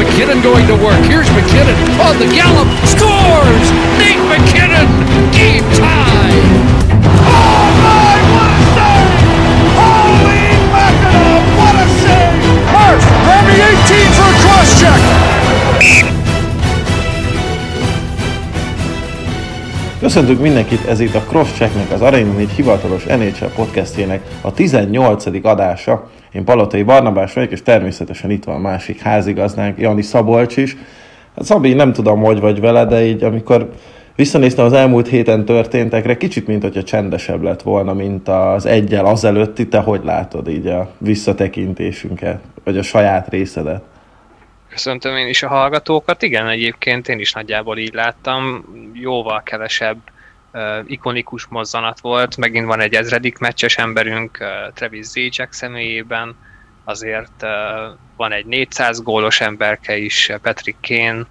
McKinnon going to work. Here's McKinnon on the gallop. Scores! Nate McKinnon! Game tie! Oh my, what a save! Holy mackerel, what a save! Hurst, grab the 18 for a cross-check! Köszöntünk mindenkit, ez itt a Crosschecknek, az Arena 4 hivatalos NHL podcastjének a 18. adása. Én Palotai Barnabás vagyok, és természetesen itt van a másik házigazdánk, Jani Szabolcs is. Hát Szabi, nem tudom, hogy vagy vele, de így amikor visszanéztem az elmúlt héten történtekre, kicsit mint hogyha csendesebb lett volna, mint az egyel azelőtti. Te hogy látod így a visszatekintésünket, vagy a saját részedet? Köszöntöm én is a hallgatókat. Igen, egyébként én is nagyjából így láttam. Jóval kevesebb ikonikus mozzanat volt. Megint van egy ezredik meccses emberünk Travis Zajac személyében. Azért van egy 400 gólos emberke is, Patrick Kane.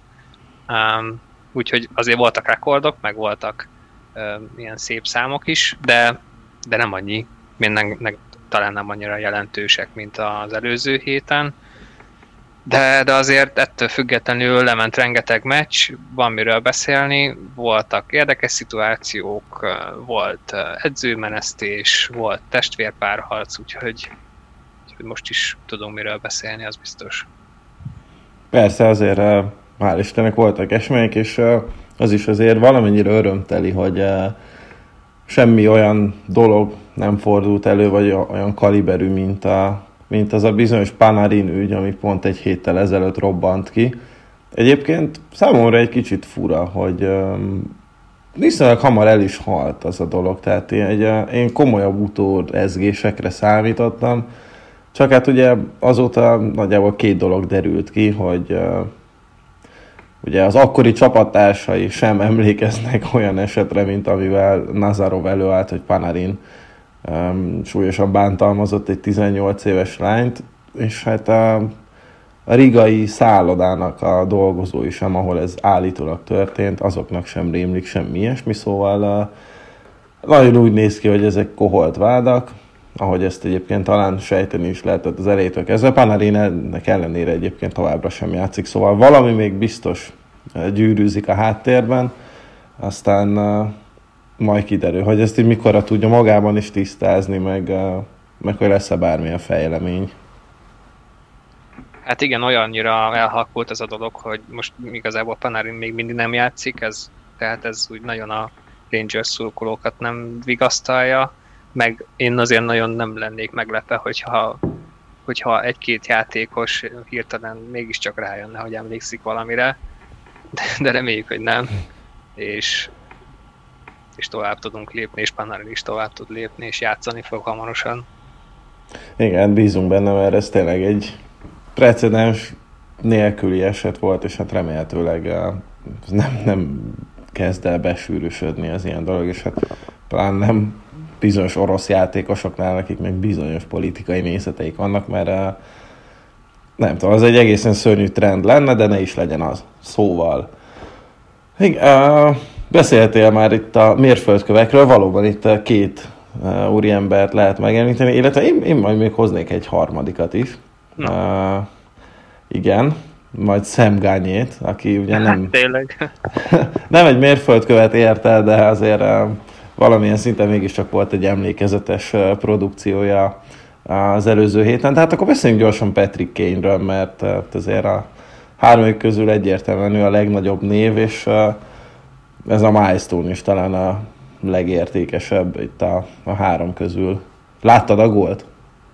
Úgyhogy azért voltak rekordok, meg voltak ilyen szép számok is, de nem annyi. Talán nem annyira jelentősek, mint az előző héten. De azért ettől függetlenül lement rengeteg meccs, van miről beszélni, voltak érdekes szituációk, volt edzőmenesztés, volt testvérpárharc, úgyhogy most is tudunk miről beszélni, az biztos. Persze, azért hál' Istennek voltak események, és az is azért valamennyire örömteli, hogy semmi olyan dolog nem fordult elő, vagy olyan kaliberű, mint az a bizonyos Panarin ügy, ami pont egy héttel ezelőtt robbant ki. Egyébként számomra egy kicsit fura, hogy viszonylag hamar el is halt az a dolog, tehát én komolyabb utórezgésekre számítottam, csak hát ugye azóta nagyjából két dolog derült ki, hogy ugye az akkori csapattársai sem emlékeznek olyan esetre, mint amivel Nazarov előállt, hogy Panarin súlyosan bántalmazott egy 18 éves lányt, és hát a rigai szállodának a dolgozói sem, ahol ez állítólag történt, azoknak sem rémlik semmi ilyesmi, szóval nagyon úgy néz ki, hogy ezek koholt vádak, ahogy ezt egyébként talán sejteni is lehetett az elejétől kezdve. Panarin ennek ellenére egyébként továbbra sem játszik, szóval valami még biztos gyűrűzik a háttérben, aztán majd kiderül, hogy ezt így mikorra tudja magában is tisztázni, meg hogy lesz-e bármilyen fejlemény. Hát igen, olyannyira elhalkult ez a dolog, hogy most igazából Panarin még mindig nem játszik, tehát ez úgy nagyon a Rangers szurkolókat nem vigasztalja, meg én azért nagyon nem lennék meglepve, hogyha egy-két játékos hirtelen mégiscsak rájönne, hogy emlékszik valamire, de reméljük, hogy nem, és tovább tudunk lépni, és Panarin is tovább tud lépni, és játszani fog hamarosan. Igen, bízunk benne, mert ez tényleg egy precedens nélküli eset volt, és hát remélhetőleg nem kezd el besűrűsödni az ilyen dolog, és hát talán nem bizonyos orosz játékosoknál, akik meg bizonyos politikai nézeteik vannak, mert nem tudom, az egy egészen szörnyű trend lenne, de ne is legyen az. Szóval beszéltél már itt a mérföldkövekről, valóban itt két úriembert lehet megemlíteni, illetve én majd még hoznék egy harmadikat is. Igen, majd Sam Gagné-t, aki ugye nem, nem egy mérföldkövet ért el, de azért valamilyen szinten mégiscsak volt egy emlékezetes produkciója az előző héten. Tehát akkor beszéljünk gyorsan Patrick Kane-ről, mert azért a hármójuk közül egyértelműen ő a legnagyobb név, és ez a milestone is talán a legértékesebb itt a három közül. Láttad a gólt?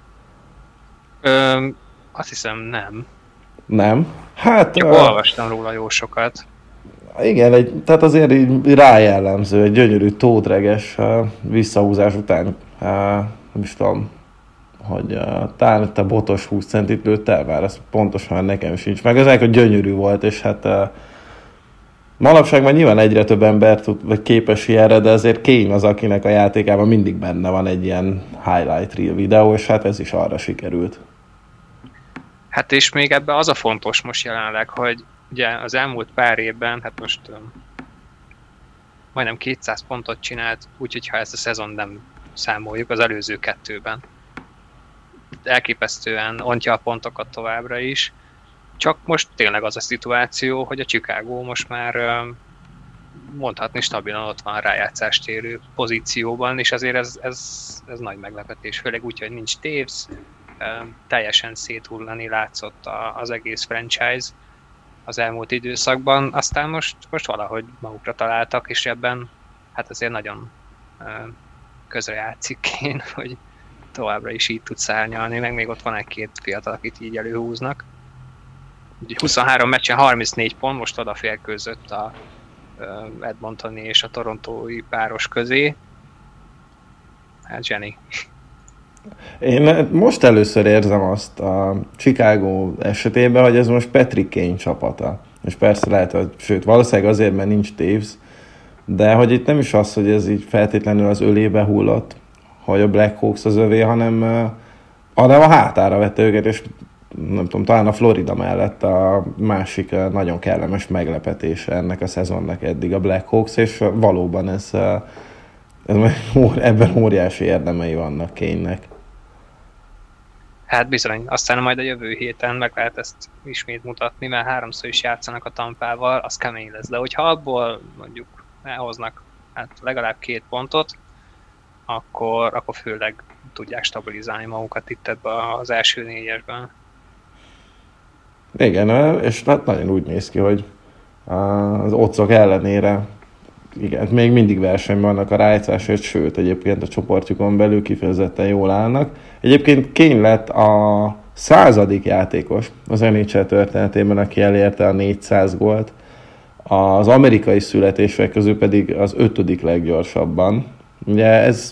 Azt hiszem nem. Nem? Hát... olvastam róla jó sokat. Igen, tehát azért így rájellemző, egy gyönyörű tódreges visszahúzás után, nem is tudom, hogy talán itt a botos 20 centit lőtt el, már ez pontosan nekem sincs meg. Az hogy gyönyörű volt, és hát manapság már nyilván egyre több ember tud, vagy képes ilyenre, de azért Kane az, akinek a játékában mindig benne van egy ilyen highlight reel videó, és hát ez is arra sikerült. Hát és még ebben az a fontos most jelenleg, hogy ugye az elmúlt pár évben, hát most majdnem 200 pontot csinált, úgyhogy ha ezt a szezon nem számoljuk, az előző kettőben. Elképesztően ontja a pontokat továbbra is, Csak most tényleg az a szituáció, hogy a Chicago most már mondhatni stabilan ott van rájátszást érő pozícióban, és azért ez nagy meglepetés, főleg úgy, hogy nincs Taves, teljesen széthullani látszott az egész franchise az elmúlt időszakban, aztán most valahogy magukra találtak, és ebben hát azért nagyon közre játszik Kane, hogy továbbra is így tud szárnyalni, meg még ott van egy-két fiatal, akit így előhúznak. 23 meccsen 34 pont, most odaférkőzött a Edmontoni és a torontói páros közé. Hát zseni. Én most először érzem azt a Chicago esetében, hogy ez most Patrick Kane csapata. És persze lehet, hogy sőt, valószínűleg azért, mert nincs Taves, de hogy itt nem is az, hogy ez így feltétlenül az ölébe hullott, hogy a Blackhawks az övé, hanem a hátára vette őket, és nem tudom, talán a Florida mellett a másik nagyon kellemes meglepetése ennek a szezonnak eddig a Blackhawks, és valóban ebben óriási érdemei vannak Kane-nek. Hát bizony, aztán majd a jövő héten meg lehet ezt ismét mutatni, mert háromszor is játszanak a Tampával, az kemény lesz. De hogyha abból mondjuk elhoznak hát legalább 2 pontot, akkor főleg tudják stabilizálni magukat itt ebben az első 4-esben. Igen, és hát nagyon úgy néz ki, hogy az occok ellenére igen, még mindig versenyben vannak a rájátszásért, sőt, egyébként a csoportjukon belül kifejezetten jól állnak. Egyébként Kane lett a 100. játékos az NHL történetében, aki elérte a 400 gólt. Az amerikai születések közül pedig az 5. leggyorsabban. Ugye ez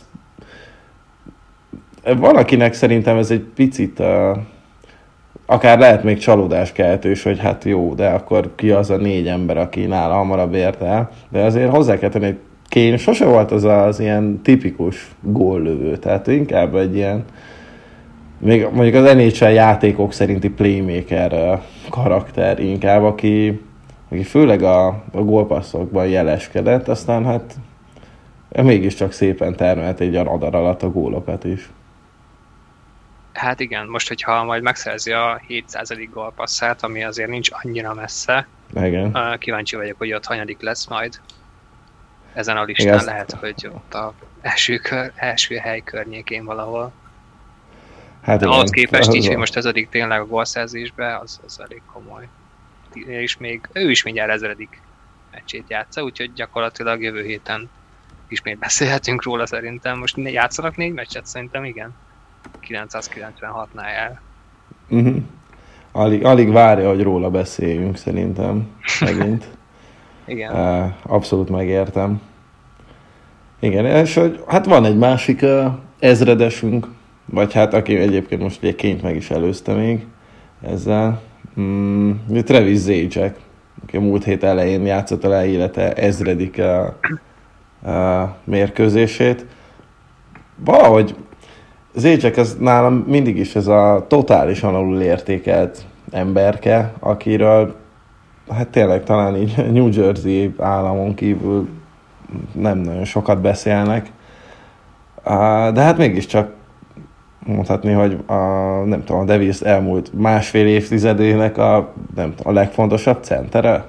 valakinek szerintem ez egy picit akár lehet még csalódáskeltős, hogy hát jó, de akkor ki az a 4 ember, aki nála hamarabb ért el. De azért hozzá kell tenni, hogy Kane sose volt az ilyen tipikus góllövő, tehát inkább egy ilyen, még mondjuk az NHL játékok szerinti playmaker karakter inkább, aki főleg a gólpasszokban jeleskedett, aztán hát mégiscsak szépen termelt egy radar alatt a gólokat is. Hát igen, most, hogyha majd megszerzi a 700. gólpasszát, ami azért nincs annyira messze, igen. Kíváncsi vagyok, hogy ott hanyadik lesz majd ezen a listán. Igen, lehet, hogy ott a első hely környékén valahol. Hát de ahhoz képest így, hogy most 5. tényleg a gólszerzésbe, az elég komoly. És még ő is mindjárt 1000. meccsét játsza, úgyhogy gyakorlatilag jövő héten ismét beszélhetünk róla szerintem. Most játszanak 4 meccset? Szerintem igen. 996-nál jár. Uh-huh. Alig várja, hogy róla beszéljünk szerintem megint. Igen. Abszolút megértem. Igen, és hogy hát van egy másik ezredesünk, vagy hát aki egyébként most ugye Kane-t meg is előzte még ezzel. Travis Zajac, aki a múlt hét elején játszotta le élete 1000. Mérkőzését. Valahogy Zajac az nálam mindig is ez a totálisan alul értékelt emberke, akiről hát tényleg talán így New Jersey államon kívül nem nagyon sokat beszélnek. De hát mégiscsak mondhatni, hogy nem tudom, a Devils elmúlt másfél évtizedének a legfontosabb centere.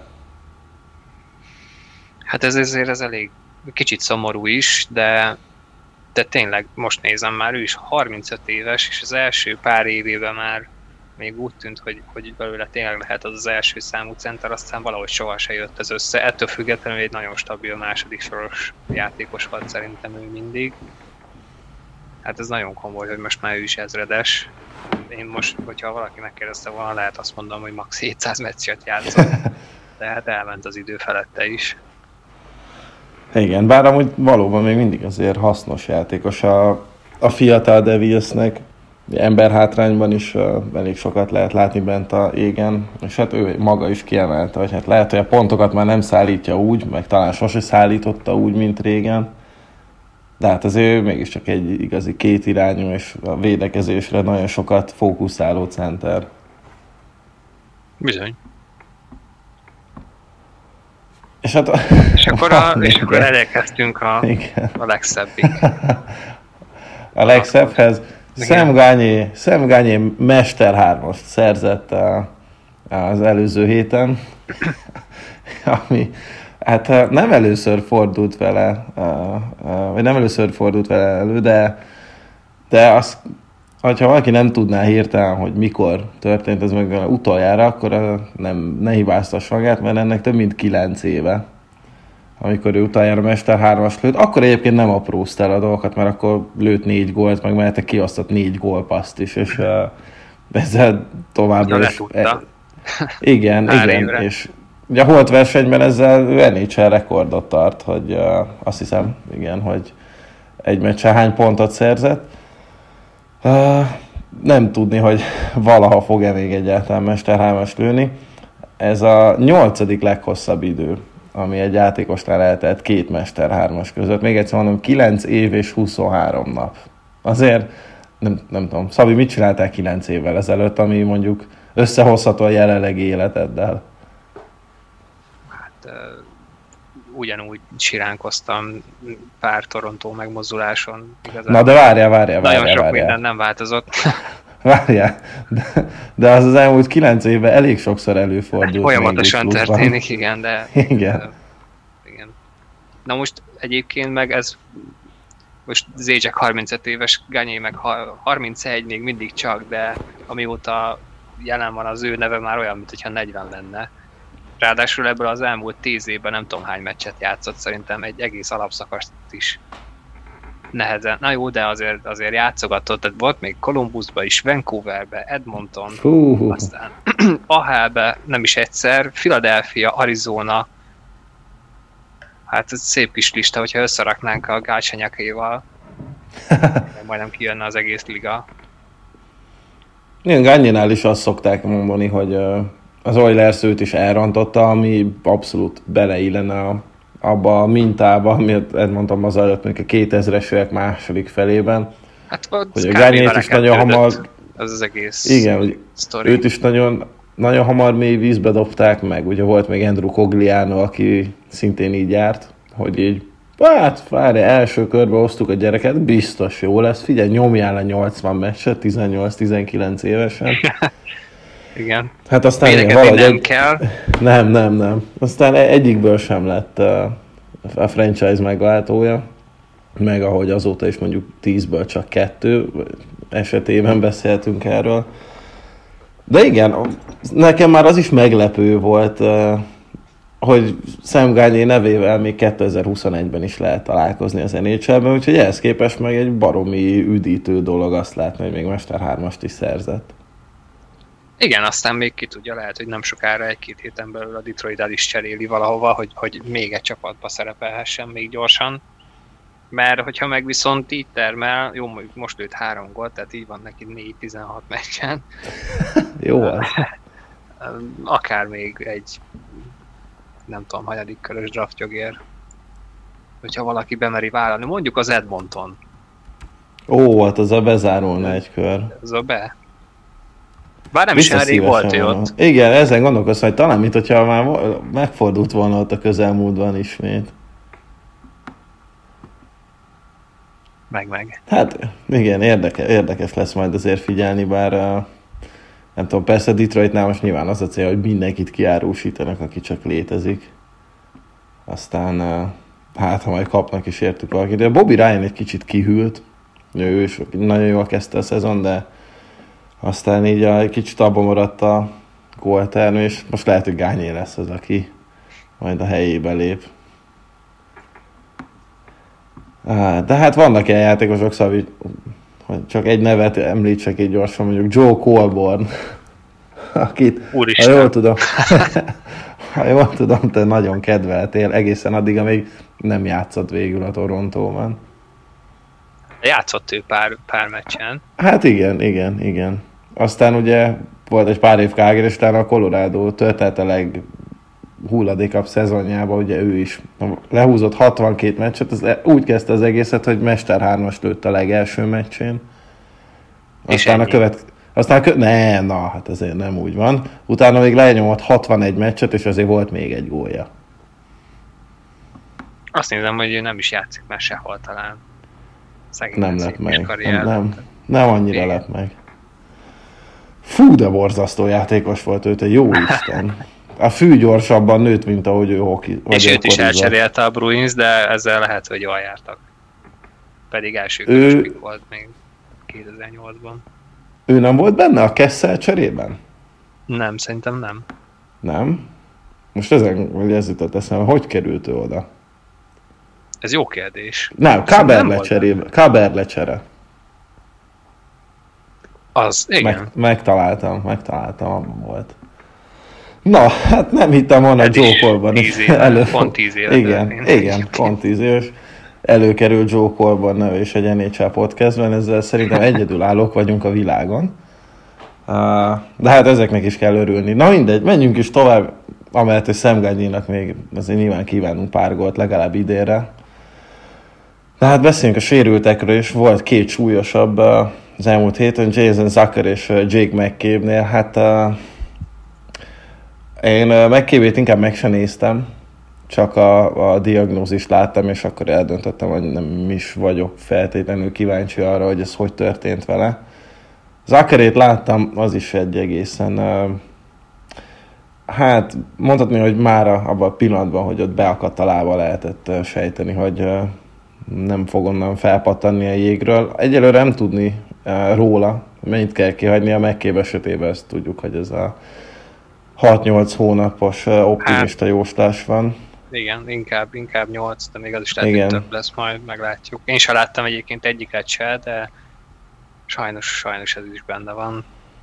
Hát ez elég kicsit szomorú is, de tényleg most nézem már, ő is 35 éves, és az első pár évében már még úgy tűnt, hogy belőle tényleg lehet az első számú center, aztán valahogy soha se jött ez össze. Ettől függetlenül egy nagyon stabil második soros játékos volt szerintem ő mindig. Hát ez nagyon komoly, hogy most már ő is ezredes. Én most, hogyha valaki megkérdezte volna, lehet azt mondom, hogy max. 700 meccset játszott, de hát elment az idő felette is. Igen, bár amúgy valóban még mindig azért hasznos játékos a fiatal Devilsnek. Emberhátrányban is elég sokat lehet látni bent a égen, és hát ő maga is kiemelte, hogy hát lehet, hogy a pontokat már nem szállítja úgy, meg talán sose szállította úgy, mint régen, de hát azért mégiscsak egy igazi kétirányú és a védekezésre nagyon sokat fókuszáló center. Bizony. És hát és akkor elérkeztünk a legszebbig. A legszebbhez Sam Gagné Mester 3-ast szerzett az előző héten, ami hát nem először fordult vele, vagy nem először fordult vele elő, de azt, hogyha valaki nem tudná hirtelen, hogy mikor történt ez meg utoljára, akkor ne hibáztass magát, mert ennek több mint 9 éve, amikor ő utoljára Mester 3-as lőtt. Akkor egyébként nem aprózta el a dolgokat, mert akkor lőtt 4 gólt, meg mellette kiosztott 4 gólpasszt is, és ezzel továbbra is... Igen, és ugye a holt versenyben ezzel NHL rekordot tart, hogy azt hiszem, igen, hogy egy meccsen hány pontot szerzett. Nem tudni, hogy valaha fog-e még egyáltalán Mester 3-as lőni. Ez a 8. leghosszabb idő, ami egy játékosnál eltelt 2 Mester 3-as között. Még egyszer mondom, 9 év és 23 nap. Azért, nem tudom, Szabi, mit csináltál 9 évvel ezelőtt, ami mondjuk összehozható a jelenlegi életeddel? Hát ugyanúgy siránkoztam pár Torontó megmozduláson. Igazából. Na de várjál. Nagyon sok minden nem változott. Várjál, de az elmúlt 9 évben elég sokszor előfordult. Folyamatosan történik, igen, de... Igen. Igen. Na most egyébként meg ez... Most Zézsek 35 éves, Ganyé meg 31 még mindig csak, de amióta jelen van az ő neve már olyan, mintha 40 lenne. Ráadásul ebből az elmúlt 10 évben nem tudom hány meccset játszott, szerintem egy egész alapszakaszt is nehezen. Na jó, de azért játszogatott, tehát volt még Columbusba is, Vancouverbe, Edmonton, aztán Ahelbe nem is egyszer, Philadelphia, Arizona. Hát ez szép kis lista, hogyha összeraknánk a Gácsanyakéval, majdnem kijönne az egész liga. Igen, Gagnénál is azt szokták mondani, hogy az Oilers őt is elrontotta, ami abszolút beleillene abba a mintába, amit Edmontonban az előtt, mondjuk a 2000-es évek második felében. Hát hogy a Gagnét is nagyon hamar... Az egész igen, sztori. Őt is nagyon hamar mély vízbe dobták meg. Ugye volt még Andrew Cogliano, aki szintén így járt, hogy így, hát várj, első körbe osztuk a gyereket, biztos jó lesz, figyelj, nyomjál le 80 meccset, 18-19 évesen. Igen. Hát aztán valahogy... nem kell. Nem. Aztán egyikből sem lett a franchise megváltója, meg ahogy azóta is mondjuk 10-ből csak 2 esetében beszéltünk erről. De igen, nekem már az is meglepő volt, hogy Sam Gagné nevével még 2021-ben is lehet találkozni az NHL-ben, úgyhogy ehhez képest meg egy baromi üdítő dolog azt látni, hogy még Mester 3-ast is szerzett. Igen, aztán még ki tudja, lehet, hogy nem sokára 1-2 héten belül a Detroit el is cseréli valahova, hogy még egy csapatba szerepelhessen még gyorsan. Mert hogyha meg viszont így termel, jó, mondjuk most lőtt 3 gólt, tehát így van neki 4-16 meccsen. Jó az. Akár még egy, nem tudom, hanyadik körös draftjogért. Hogyha valaki bemeri vállalni, mondjuk az Edmonton. Ó, hát az a bezárulna egy kör. Ez a be. Bár nem is elég volt ő ott. Igen, ezen gondolkoztam, hogy talán, mint hogyha már megfordult volna ott a közelmúltban ismét. Meg. Hát igen, érdekes lesz majd azért figyelni, bár nem tudom, persze Detroitnál most nyilván az a cél, hogy mindenkit kiárusítanak, aki csak létezik. Aztán hát, ha majd kapnak is értük valakit. De Bobby Ryan egy kicsit kihűlt. Ő is nagyon jól kezdte a szezon, de aztán így egy kicsit abban maradt a góltermő, és most lehet, hogy Gagné lesz az, aki majd a helyébe lép. De hát vannak ilyen játékosok, szóval, hogy csak egy nevet említsek így gyorsan, mondjuk Joe Colborn, akit, ha jól tudom, te nagyon kedveltél egészen addig, amíg nem játszott végül a Torontóban. Játszott ő pár meccsen. Hát igen. Aztán ugye volt egy pár év Calgary, és utána a Colorado töltett a leghulladékabb szezonjában, ugye ő is lehúzott 62 meccset, az úgy kezdte az egészet, hogy Mester 3-as lőtt a legelső meccsén. Aztán hát azért nem úgy van. Utána még lenyomott 61 meccset, és azért volt még egy gólja. Azt nézem, hogy ő nem is játszik már sehol talán. Nem lett meg. Nem annyira lett meg. Fú, de borzasztó játékos volt ő, te jó Isten. A fű gyorsabban nőtt, mint ahogy ő hoki. És őt is elcserélte a Bruins, de ezzel lehet, hogy jól jártak. Pedig első körös pick volt még 2008-ban. Ő nem volt benne a Kessel cserében? Nem, szerintem nem. Nem? Most ez jutott eszembe, hogy került ő oda? Ez jó kérdés. Nem, Kaber lecsere. Az, igen. Megtaláltam, abban volt. Na, hát nem hittem volna Joe Colban is. Pont 10 éve. Igen, pont 10 éves. Előkerült Joe Colban neve és egy NHL podcastben, ezzel szerintem egyedülállók vagyunk a világon. De hát ezeknek is kell örülni. Na mindegy, menjünk is tovább, amellett, hogy Sam Gagnénak még azért nyilván kívánunk pár gólt, legalább idénre. De hát beszéljünk a sérültekről is, volt két súlyosabb az elmúlt héten, Jason Zucker és Jake McCabe-nél. Hát én McCabe-t inkább meg sem néztem, csak a diagnózist láttam, és akkor eldöntöttem, hogy nem is vagyok feltétlenül kíváncsi arra, hogy ez hogy történt vele. Zuckerét láttam, az is egy egészen, hát mondhatni, hogy már abban a pillanatban, hogy ott beakadt a lába, lehetett sejteni, hogy nem fog onnan felpattanni a jégről. Egyelőre nem tudni róla, mennyit kell kihagyni, a McCabe esetében ezt tudjuk, hogy ez a 6-8 hónapos optimista jóslás van. Igen, inkább 8, de még az is lehet, hogy több lesz, majd meglátjuk. Én sem láttam egyébként egyiket se, de sajnos ez is benne van.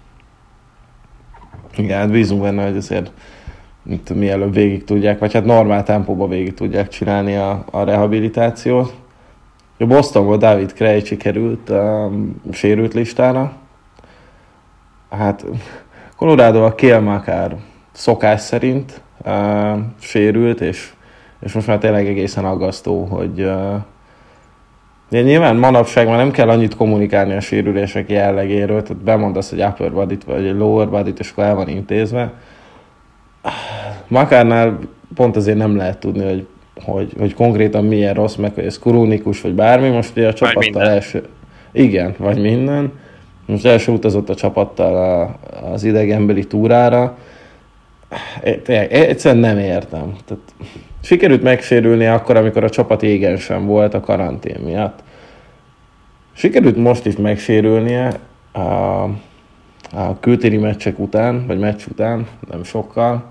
Igen, hát bízunk benne, hogy azért mielőbb végig tudják, vagy hát normál tempóban végig tudják csinálni a rehabilitációt. A Bostonból David Krejci került a sérült listára. Hát Colorado a Cale Makar szokás szerint sérült, és most már tényleg egészen aggasztó, hogy nyilván manapság már nem kell annyit kommunikálni a sérülések jellegéről, tehát bemondasz egy upper bodyt vagy egy lower bodyt, és akkor el van intézve. Makarnál pont azért nem lehet tudni, hogy konkrétan milyen rossz, meg hogy ez krónikus, vagy bármi. Most ugye a csapattal első... Igen, vagy minden. Most első utazott a csapattal az idegenbeli túrára. Egyszerűen nem értem. Tehát sikerült megsérülnie akkor, amikor a csapat égen sem volt a karantén miatt. Sikerült most is megsérülnie a kültéri meccsek után, vagy meccs után, nem sokkal.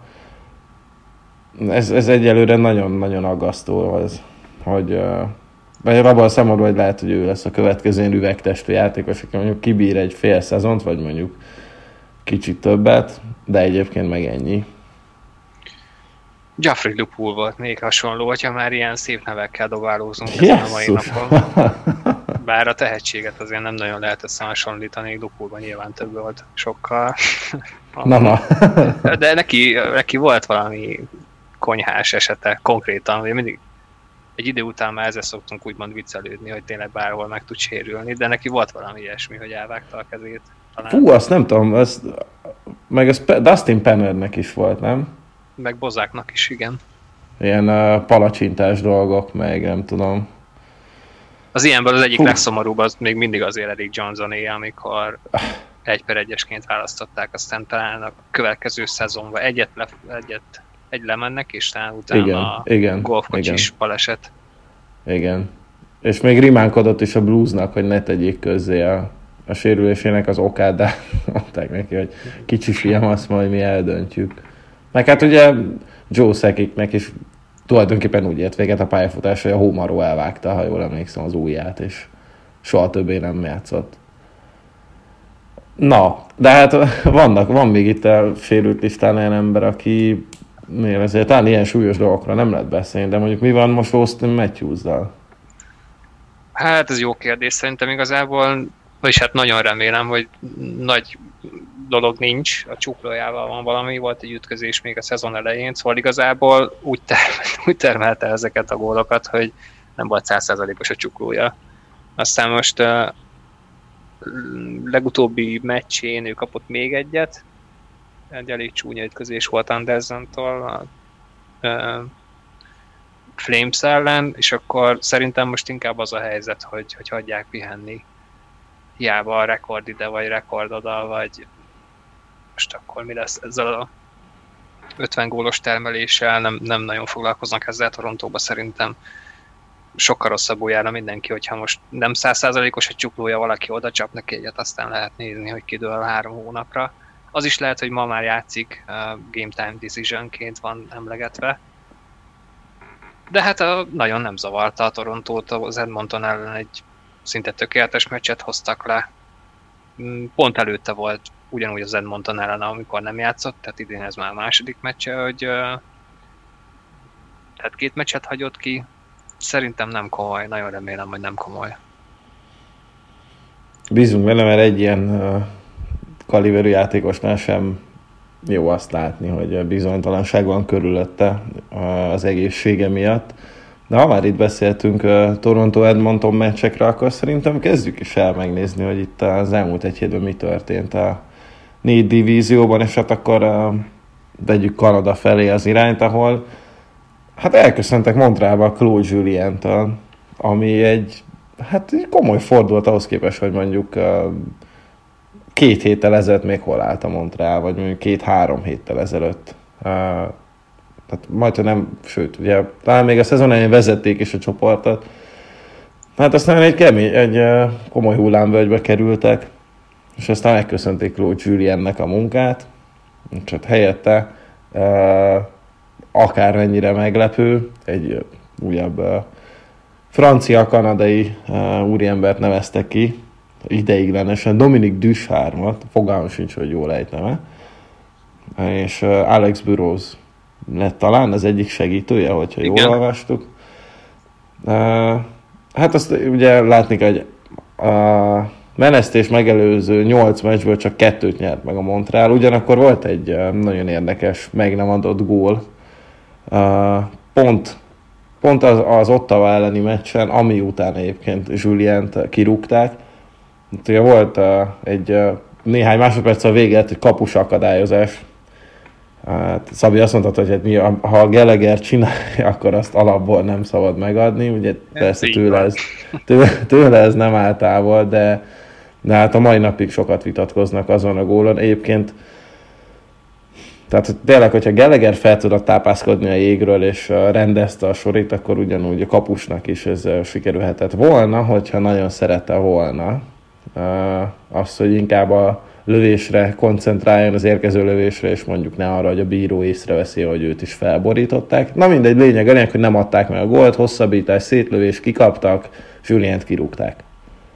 Ez egyelőre nagyon-nagyon aggasztó az, hogy vagy abban a szempontból, hogy lehet, hogy ő lesz a következő üvegtestű játékos, aki mondjuk kibír egy fél szezont, vagy mondjuk kicsit többet, de egyébként meg ennyi. Joffrey Lupul volt még hasonló, hogyha már ilyen szép nevekkel dobálózunk ezen a mai napon. Bár a tehetséget azért nem nagyon lehet összehasonlítani, Lupulban nyilván több volt sokkal. Na. De neki volt valami konyhás esete konkrétan, hogy mindig egy idő után már ezzel szoktunk úgymond viccelődni, hogy tényleg bárhol meg tud sérülni, de neki volt valami ilyesmi, hogy elvágta a kezét. Talán. Fú, azt nem tudom, meg ez Dustin Pennernek is volt, nem? Meg Bozáknak is, igen. Ilyen palacsintás dolgok, meg nem tudom. Az ilyenből az egyik legszomorúbb az még mindig azért Erik Johnsoné, amikor 1/1-esként választották, aztán talán a következő szezonban egy lemennek, és talán utána a golfkocsis baleset. Igen. És még rimánkodott is a Bluesnak, hogy ne tegyék közzé a sérülésének az okát, de mondták neki, hogy kicsi fiam, azt majd mi eldöntjük. Meg hát ugye Joe Sakicnek is tulajdonképpen úgy ért véget a pályafutás, hogy a Homaró elvágta, ha jól emlékszem, az ujját, és soha többé nem játszott. Na, de hát van még itt a sérült listán olyan ember, aki azért talán ilyen súlyos dolgokra nem lehet beszélni, de mondjuk mi van most Austin Matthews-dal? Hát ez jó kérdés, szerintem igazából, és hát nagyon remélem, hogy nagy dolog nincs, a csuklójával van valami, volt egy ütközés még a szezon elején, szóval igazából úgy termelte ezeket a gólokat, hogy nem volt 100%-os a csuklója. Aztán most legutóbbi meccsén ő kapott még egyet, egy elég csúnya ütközés volt Anderson-tól a Flames ellen, és akkor szerintem most inkább az a helyzet, hogy hagyják pihenni. Hiába a rekord ide, vagy rekord oda, vagy most akkor mi lesz ezzel a 50 gólos termeléssel, nem nagyon foglalkoznak ezzel Torontóba szerintem. Sokkal rosszabbul járna mindenki, hogyha most nem 100%-os egy csuklója, valaki oda csap neki egyet, aztán lehet nézni, hogy kidől 3 hónapra. Az is lehet, hogy ma már játszik, game time decisionként van emlegetve. De hát nagyon nem zavarta a Torontót, az Edmonton ellen egy szinte tökéletes meccset hoztak le. Pont előtte volt ugyanúgy az Edmonton ellen, amikor nem játszott, tehát idén ez már a második meccse, hogy tehát 2 meccset hagyott ki. Szerintem nem komoly, nagyon remélem, hogy nem komoly. Bízunk benne, mert egy ilyen kaliberű játékosnál sem jó azt látni, hogy bizonytalanság van körülötte az egészsége miatt. De ha már itt beszéltünk Toronto-Edmonton meccsekre, akkor szerintem kezdjük is el megnézni, hogy itt az elmúlt egy hétben mi történt a 4 divízióban, és hát akkor vegyük Kanada felé az irányt, ahol hát elköszöntek Montrealba Claude Julien-től, ami egy komoly fordulat ahhoz képest, hogy mondjuk 2 héttel ezelőtt még hol állt a Montreal, vagy mondjuk 2-3 héttel ezelőtt. Tehát majd nem, sőt, ugye talán még a szezon elején vezették is a csoportot. Hát aztán egy komoly hullámvölgybe kerültek, és aztán megköszönték Claude Juliennek a munkát, és hát helyette akármennyire meglepő, egy újabb francia-kanadai úriembert neveztek ki, ideiglenesen Dominique Ducharme-ot, fogalmam sincs, hogy jól ejtem-e, és Alex Burrows lett talán az egyik segítője, hogyha jól olvastuk. Hát azt ugye látni kell, hogy a menesztés megelőző 8 meccsből csak 2-t nyert meg a Montreal, ugyanakkor volt egy nagyon érdekes, meg nem adott gól. Pont az Ottawa elleni meccsen, ami után egyébként Julient kirúgták. Ugye volt egy néhány másodperc a véget, egy kapus akadályozás. Hát Szabi azt mondta, hogy ha a Gallagher csinálja, akkor azt alapból nem szabad megadni. Ugye persze tőle ez nem áll távol, de hát a mai napig sokat vitatkoznak azon a gólon. Egyébként tehát tényleg, hogyha Gallagher fel tudott tápászkodni a jégről, és rendezte a sorit, akkor ugyanúgy a kapusnak is ez sikerülhetett volna, hogyha nagyon szerette volna azt, hogy inkább a lövésre koncentráljon, az érkező lövésre, és mondjuk ne arra, hogy a bíró észreveszi, hogy őt is felborították. Na mindegy, lényeg, hogy nem adták meg a gólt, hosszabbítás, szétlövés, kikaptak, Julient kirúgták.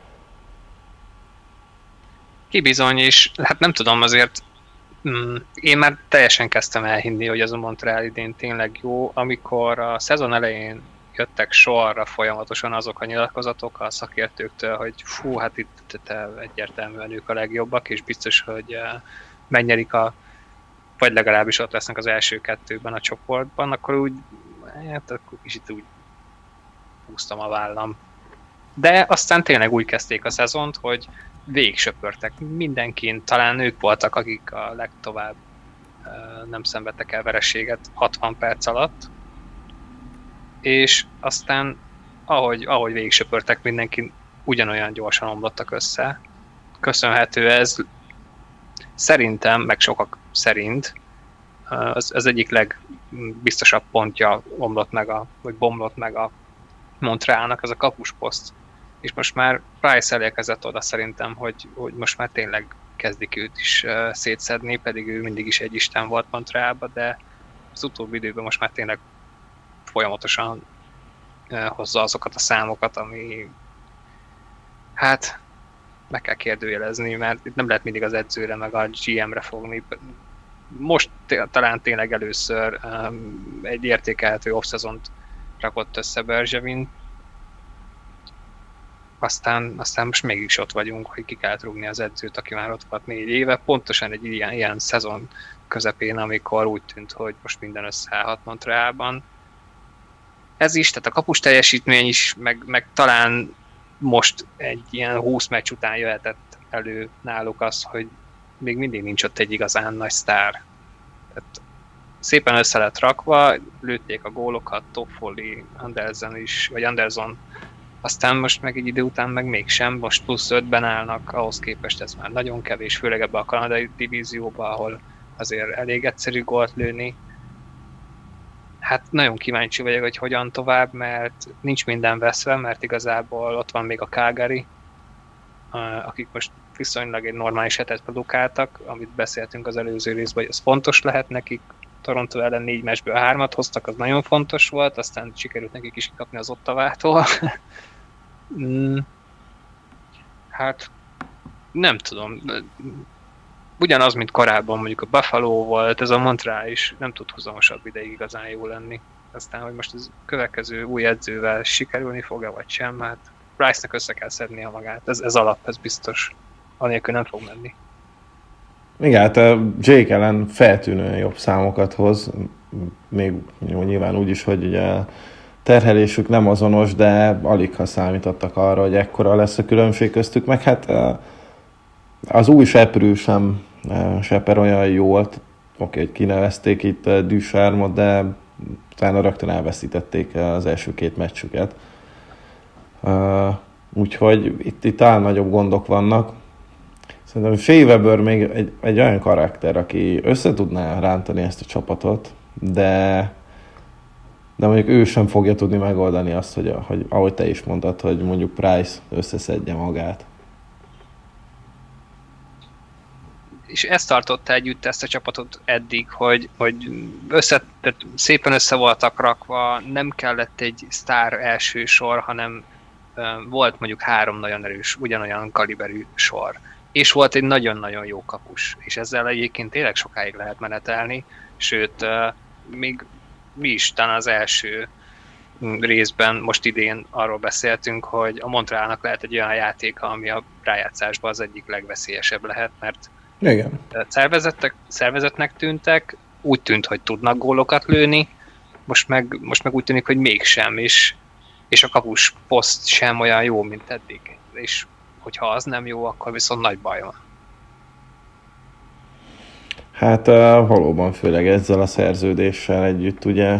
Ki bizony, és hát nem tudom, azért én már teljesen kezdtem elhinni, hogy ez a Montreal idén tényleg jó, amikor a szezon elején jöttek sorra folyamatosan azok a nyilatkozatok a szakértőktől, hogy fú, hát itt egyértelműen ők a legjobbak, és biztos, hogy megnyerik vagy legalábbis ott lesznek az első 2-ben a csoportban, akkor úgy, hát akkor kicsit úgy húztam a vállam. De aztán tényleg úgy kezdték a szezont, hogy végigsöpörtek mindenkin, talán ők voltak, akik a legtovább nem szenvedtek el vereséget 60 perc alatt, és aztán ahogy végigsöpörtek mindenkin, ugyanolyan gyorsan omlottak össze. Köszönhető ez szerintem, meg sokak szerint az egyik legbiztosabb pontja bomlott meg a Montrealnak, az a kapusposzt. És most már Price elérkezett oda szerintem, hogy most már tényleg kezdik őt is szétszedni, pedig ő mindig is egy isten volt Montrealban, de az utóbbi időben most már tényleg folyamatosan hozza azokat a számokat, ami hát meg kell kérdőjelezni, mert itt nem lehet mindig az edzőre meg a GM-re fogni. Most talán tényleg először egy értékelhető off-szezont rakott össze Bergevin, aztán most mégis ott vagyunk, hogy ki kellett rúgni az edzőt, aki már ott volt 4 éve, pontosan egy ilyen szezon közepén, amikor úgy tűnt, hogy most minden összeállhat Montrealban. Ez is, tehát a kapus teljesítmény is, meg talán most egy ilyen 20 meccs után jöhetett elő náluk az, hogy még mindig nincs ott egy igazán nagy sztár. Tehát szépen össze lett rakva, lőtték a gólokat, Toffoli, Anderson aztán most meg egy idő után meg mégsem, most plusz 5-ben állnak, ahhoz képest ez már nagyon kevés, főleg ebbe a kanadai divízióba, ahol azért elég egyszerű gólt lőni. Hát nagyon kíváncsi vagyok, hogy hogyan tovább, mert nincs minden veszve, mert igazából ott van még a Calgary, akik most viszonylag egy normális hetet produkáltak, amit beszéltünk az előző részben, hogy ez fontos lehet nekik. Toronto ellen 4 meccsből 3-at hoztak, az nagyon fontos volt, aztán sikerült nekik is kikapni az Ottawától. Hát nem tudom. Ugyanaz, mint korábban, mondjuk a Buffalo volt, ez a Montreal is nem tud húzamosabb ideig igazán jó lenni. Aztán, hogy most az következő új edzővel sikerülni fog-e vagy sem, hát Price-nak össze kell szednie magát. Ez alap, ez biztos. Anélkül nem fog menni. Igen, hát a Jake ellen feltűnően jobb számokat hoz, még nyilván úgy is, hogy ugye terhelésük nem azonos, de alig ha számítottak arra, hogy ekkora lesz a különbség köztük, meg hát az új seprű sem seper olyan jó volt, oké, hogy kinevezték itt Ducharme-ot, de utána rögtön elveszítették az első 2 meccsüket. Úgyhogy itt áll nagyobb gondok vannak. Szerintem Shea Weber még egy olyan karakter, aki össze tudná rántani ezt a csapatot, de mondjuk ő sem fogja tudni megoldani azt, hogy ahogy te is mondtad, hogy mondjuk Price összeszedje magát. És ezt tartotta együtt ezt a csapatot eddig, hogy tehát szépen össze voltak rakva, nem kellett egy sztár első sor, hanem volt mondjuk 3 nagyon erős, ugyanolyan kaliberű sor. És volt egy nagyon-nagyon jó kapus. És ezzel egyébként tényleg sokáig lehet menetelni, sőt, még mi is talán az első részben most idén arról beszéltünk, hogy a Montrealnak lehet egy olyan játéka, ami a rájátszásban az egyik legveszélyesebb lehet, mert igen. Szervezetnek tűntek, úgy tűnt, hogy tudnak gólokat lőni, most meg úgy tűnik, hogy mégsem, és a kapus poszt sem olyan jó, mint eddig. És hogyha az nem jó, akkor viszont nagy baj van. Hát valóban főleg ezzel a szerződéssel együtt ugye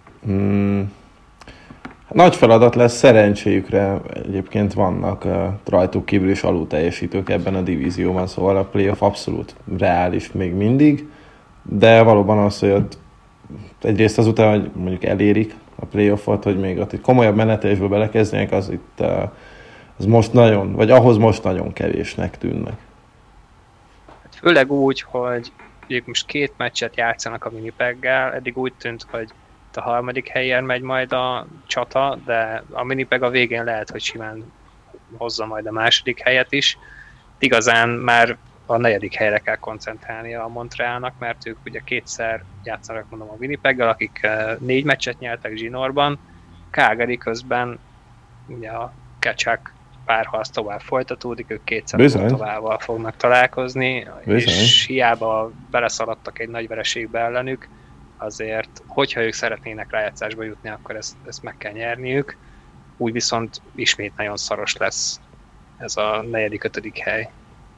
nagy feladat lesz, szerencséjükre egyébként vannak rajtuk kívül is alulteljesítők ebben a divízióban, szóval a playoff abszolút reális még mindig, de valóban az, hogy ott egyrészt azután, hogy mondjuk elérik a playoffot, hogy még ott egy komolyabb menetelésbe belekezdenek, az itt az most nagyon, vagy ahhoz most nagyon kevésnek tűnnek. Hát főleg úgy, hogy ők most 2 meccset játszanak a Winnipeggel, eddig úgy tűnt, hogy a 3. helyen megy majd a csata, de a Winnipeg a végén lehet, hogy simán hozza majd a 2. helyet is. Igazán már a 4. helyre kell koncentrálnia a Montrealnak, mert ők ugye 2-szer játszanak, mondom, a Winnipeggel, akik 4 meccset nyertek zsinórban. Calgary közben ugye a Tkachuk párharc tovább folytatódik, ők 2-szer továbbal fognak találkozni, és hiába beleszaladtak egy nagy vereségbe ellenük, azért, hogyha ők szeretnének rájátszásba jutni, akkor ezt meg kell nyerniük. Úgy viszont ismét nagyon szaros lesz ez a 4.-5. hely.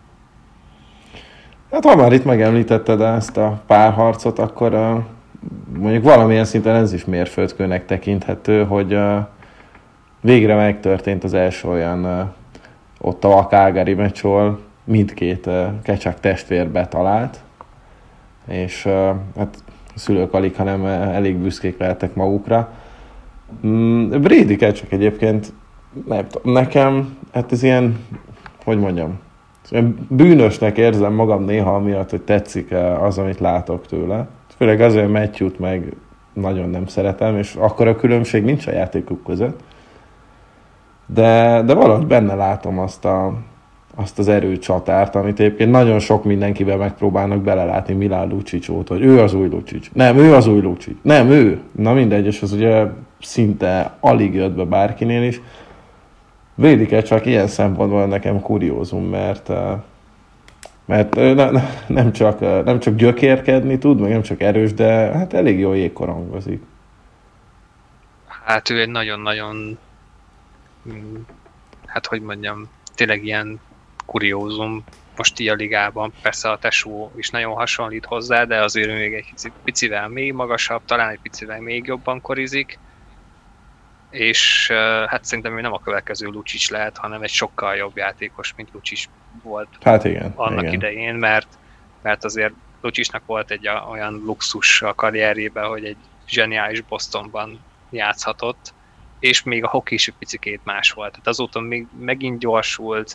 Hát ha már itt megemlítetted ezt a párharcot, akkor mondjuk valamilyen szinten ez is mérföldkőnek tekinthető, hogy végre megtörtént az első olyan ott a Calgary meccs, ahol mindkét Tkachuk testvér betalált, és hát a szülők alig, hanem elég büszkék lehettek magukra. Brady Tkachuk egyébként, nekem, hát ez ilyen, hogy mondjam, bűnösnek érzem magam néha amiatt, hogy tetszik az, amit látok tőle. Főleg azért Matthew-t meg nagyon nem szeretem, és akkor a különbség nincs a játékuk között. De valahogy benne látom azt az erőcsatárt, amit egyébként nagyon sok mindenkivel megpróbálnak belelátni Milan Lucic-ot, hogy ő az új Lucic. Nem, ő az új Lucic. Nem, ő. Na mindegy, és az ugye szinte alig jött be bárkinél is. Védik csak ilyen szempontból nekem kuriózum, mert nem csak gyökérkedni tud, meg nem csak erős, de hát elég jó jégkorongozik. Hát ő egy nagyon-nagyon, hát hogy mondjam, tényleg ilyen kuriózum most így a ligában. Persze a tesó is nagyon hasonlít hozzá, de azért ő még egy picivel még magasabb, talán egy picivel még jobban korizik. és hát szerintem ő nem a következő Lucic lehet, hanem egy sokkal jobb játékos, mint Lucic volt Hát igen, annak igen. idején, mert azért Lucicnak volt egy olyan luxus a karrierjében, hogy egy zseniális Bostonban játszhatott, és még a hoki is egy picikét más volt. Tehát azóta még megint gyorsult,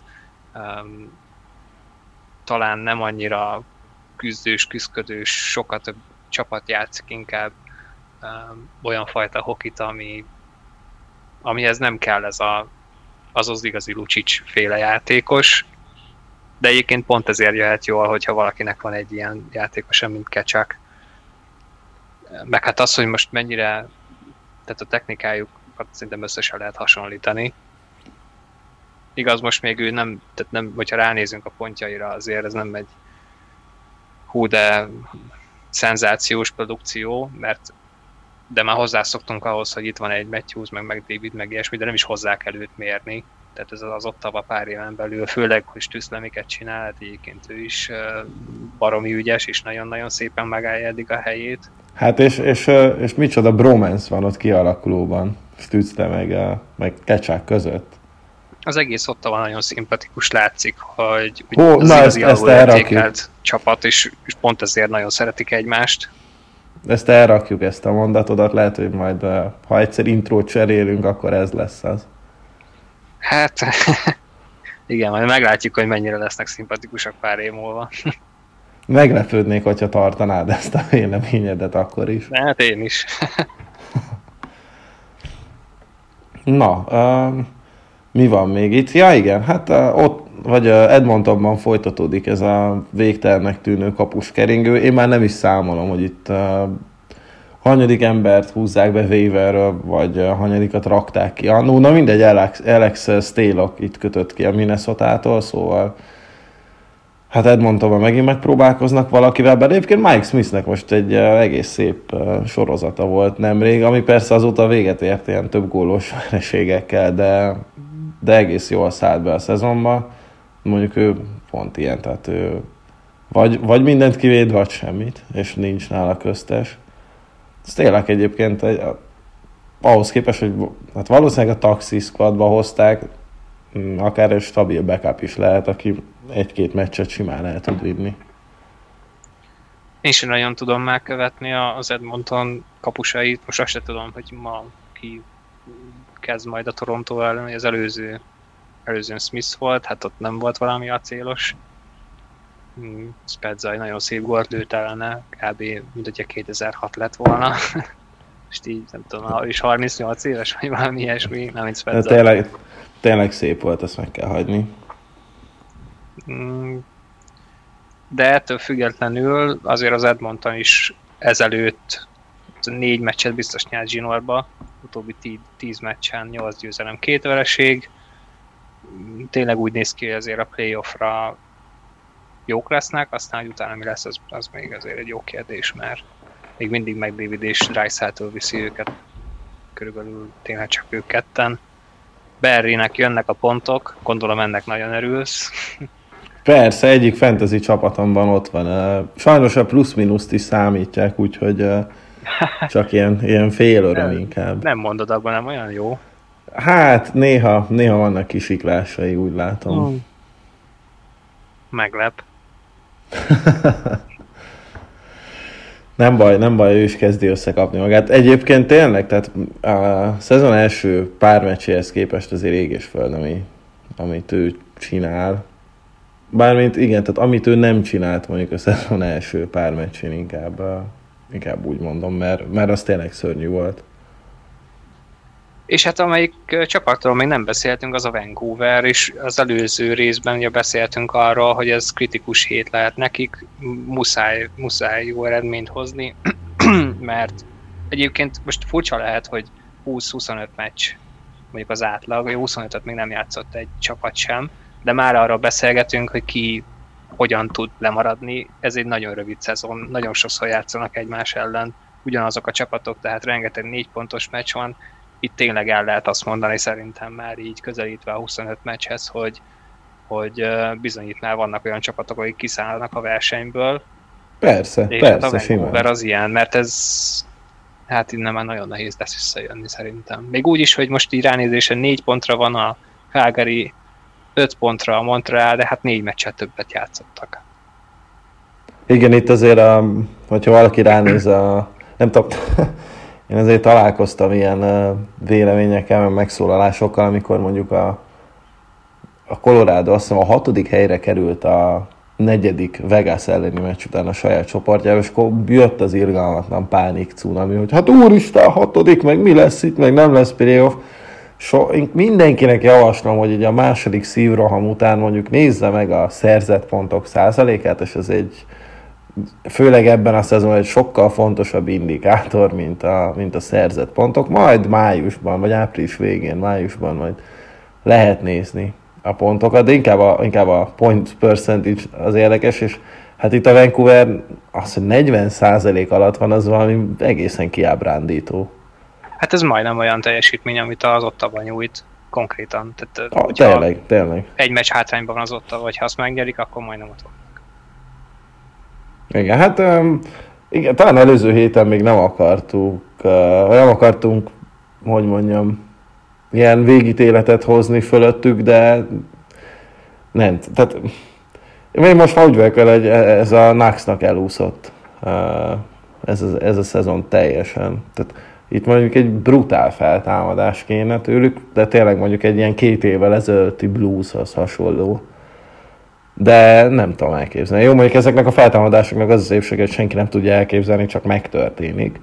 talán nem annyira küzdködős, sokkal több csapat játszik, inkább olyan fajta hokit, amihez nem kell ez az igazi Lucic féle játékos, de egyébként pont ezért jöhet jól, hogyha valakinek van egy ilyen játékosa, mint Kecsak. Meg hát az, hogy most mennyire, tehát a technikájukat szerintem összesen lehet hasonlítani. Igaz, most még ő nem, tehát nem, hogyha ránézünk a pontjaira, azért ez nem egy de szenzációs produkció, de már hozzászoktunk ahhoz, hogy itt van egy Matthews, meg McDavid, meg ilyesmi, de nem is hozzá kell őt mérni. Tehát ez az Ottawa pár éven belül, főleg, hogy Stützle miket csinál, hát egyébként ő is baromi ügyes, és nagyon-nagyon szépen megállja eddig a helyét. Hát és micsoda bromance van ott kialakulóban Stützle meg Kecsak között. Az egész Ottawa nagyon szimpatikus, látszik, hogy az igazi alul értékelt csapat, és pont ezért nagyon szeretik egymást. Ezt elrakjuk, ezt a mondatodat, lehet, hogy majd ha egyszer intrót cserélünk, akkor ez lesz az. Hát, igen, majd meglátjuk, hogy mennyire lesznek szimpatikusak pár év múlva. Meglepődnék, hogyha tartanád ezt a véleményedet akkor is. Hát én is. Na, mi van még itt? Ja igen, hát ott, vagy Edmontonban folytatódik ez a végtelennek tűnő kapuskeringő. Én már nem is számolom, hogy itt hanyadik embert húzzák be waiverről, vagy hanyadikat rakták ki. Na mindegy, Alex Stalock itt kötött ki a Minnesota-tól, szóval hát Edmontonban megint megpróbálkoznak valakivel, de egyébként Mike Smithnek most egy egész szép sorozata volt nemrég, ami persze azóta véget ért ilyen több gólos vereségekkel, de egész jól szállt be a szezonba. Mondjuk ő pont ilyen, tehát ő vagy mindent kivéd, vagy semmit, és nincs nála köztes. Ez tényleg egyébként ahhoz képest, hogy hát valószínűleg a Taxi Squadba hozták, akár egy stabil backup is lehet, aki egy-két meccset simán el tud vinni. Én sem nagyon tudom megkövetni az Edmonton kapusait. Most azt sem tudom, hogy ma ki kezd majd a Toronto ellen, hogy az előzőn Smith volt, hát ott nem volt valami acélos. Spedzai nagyon szép gólt lőtt ellene, kb. Mint hogyha 2006 lett volna. És így nem tudom, is 38 éves, vagy valami ilyesmi, nem mint Spedzai. Tényleg szép volt, ezt meg kell hagyni. De ettől függetlenül azért az Edmonton is ezelőtt 4 meccset biztos nyert zsinórba, utóbbi 10 meccsen 8 győzelem, 2 vereség. Tényleg úgy néz ki, hogy azért a playoffra jók lesznek, aztán hogy utána mi lesz, az még azért egy jó kérdés, mert még mindig McDavid és Draisaitl viszi őket, körülbelül tényleg csak ők ketten. Barrynek jönnek a pontok, gondolom ennek nagyon örülsz. Persze, egyik fantasy csapatomban ott van. Sajnos a plusz-minuszt is számítják, úgyhogy csak ilyen fél öröm inkább. Nem mondod, abban nem olyan jó. Hát néha vannak kisiklásai, úgy látom. Meglep. Nem baj, ő is kezdi összekapni magát. Egyébként tényleg, tehát a szezon első pár meccséhez képest azért ég és föld, amit ő csinál. Bármint igen, tehát amit ő nem csinált mondjuk a szezon első pár meccsén, inkább úgy mondom, mert az tényleg szörnyű volt. És hát amelyik csapatról még nem beszéltünk, az a Vancouver, és az előző részben ugye beszéltünk arról, hogy ez kritikus hét lehet nekik, muszáj jó eredményt hozni, mert egyébként most furcsa lehet, hogy 20-25 meccs, mondjuk az átlag, 25-öt még nem játszott egy csapat sem, de már arról beszélgetünk, hogy ki hogyan tud lemaradni. Ez egy nagyon rövid szezon, nagyon sokszor játszanak egymás ellen, ugyanazok a csapatok, tehát rengeteg 4 pontos meccs van. Itt tényleg el lehet azt mondani szerintem már így közelítve a 25 meccshez, hogy bizony itt már vannak olyan csapatok, akik kiszállnak a versenyből. Persze, és persze, hát a Vancouver az ilyen, mert ez hát innen már nagyon nehéz lesz visszajönni szerintem. Még úgy is, hogy most így ránézésen 4 pontra van a Calgary, 5 pontra a Montreal, de hát 4 meccset többet játszottak. Igen, itt azért, hogyha valaki ránéz nem tudom, én azért találkoztam ilyen véleményekkel, meg megszólalásokkal, amikor mondjuk a Colorado azt hiszem a 6. helyre került a 4. Vegas elleni meccs után a saját csoportjába, és akkor jött az irgalmatlan pánik cunami, hogy hát úristen, a 6., meg mi lesz itt, meg nem lesz playoff. Én mindenkinek javaslom, hogy ugye a második szívroham után mondjuk nézze meg a szerzett pontok százalékát, és ez főleg ebben a szezonban egy sokkal fontosabb indikátor, mint a szerzett pontok. Majd májusban, vagy április végén, májusban majd lehet nézni a pontokat, de inkább a point percentage az érdekes, és hát itt a Vancouver az, hogy 40% alatt van, az valami egészen kiábrándító. Hát ez majdnem olyan teljesítmény, amit az Ottawa nyújt konkrétan. Tehát, tényleg. Egy meccs hátrányban van az Ottawa, vagy ha azt megnyerik, akkor majdnem ott van. Igen, hát igen, talán előző héten még nem akartunk, hogy mondjam, ilyen végítéletet hozni fölöttük, de nem. Tehát én most már úgy vagyok vele, hogy ez a Knox-nak elúszott ez a szezon teljesen. Tehát itt mondjuk egy brutál feltámadás kéne tőlük, de tényleg mondjuk egy ilyen 2 évvel ezelőtti Blueshoz hasonló. De nem tudom elképzelni. Jó, mondjuk ezeknek a feltámadásoknak az szépsége, hogy senki nem tudja elképzelni, csak megtörténik.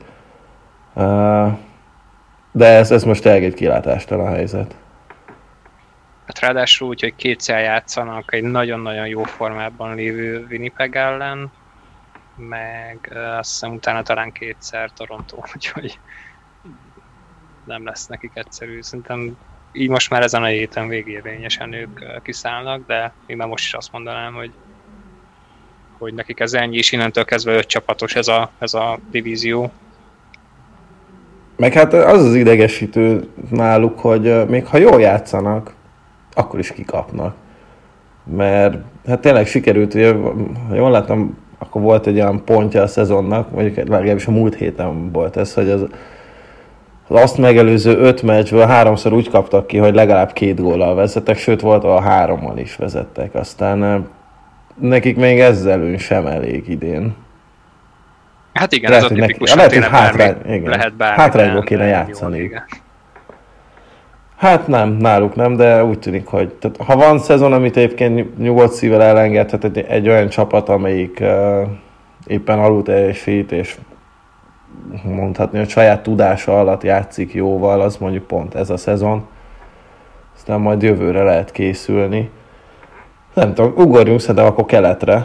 De ez most tényleg egy kilátástalan helyzet. Hát ráadásul úgy, hogy 2-szer játszanak egy nagyon-nagyon jó formában lévő Winnipeg ellen, meg azt hiszem utána talán 2-szer Toronto, úgyhogy nem lesz nekik egyszerű. Szerintem így most már ezen a héten végérvényesen ők kiszállnak, de én már most is azt mondanám, hogy nekik ez ennyi, és innentől kezdve 5 csapatos ez a divízió. Meg hát az idegesítő náluk, hogy még ha jól játszanak, akkor is kikapnak. Mert hát tényleg sikerült, ugye, ha jól láttam, akkor volt egy olyan pontja a szezonnak, mondjuk legalábbis a múlt héten volt ez, hogy az azt megelőző 5 meccsből 3-szor úgy kaptak ki, hogy legalább 2 góllal vezettek, sőt volt, ahol 3-mal is vezettek. Aztán nekik még ezzel sem elég idén. Hát igen, lehet, ez a tipikus, hogy lehet bármi. Hátrányból kéne játszani. Hát nem, náluk nem, de úgy tűnik, hogy tehát, ha van szezon, amit egyébként nyugodt szívvel elengedhet egy olyan csapat, amelyik éppen alulteljesít, és mondhatni, hogy saját tudása alatt játszik jóval, az mondjuk pont ez a szezon. Aztán majd jövőre lehet készülni. Nem tudom, ugorjunk szerintem akkor keletre,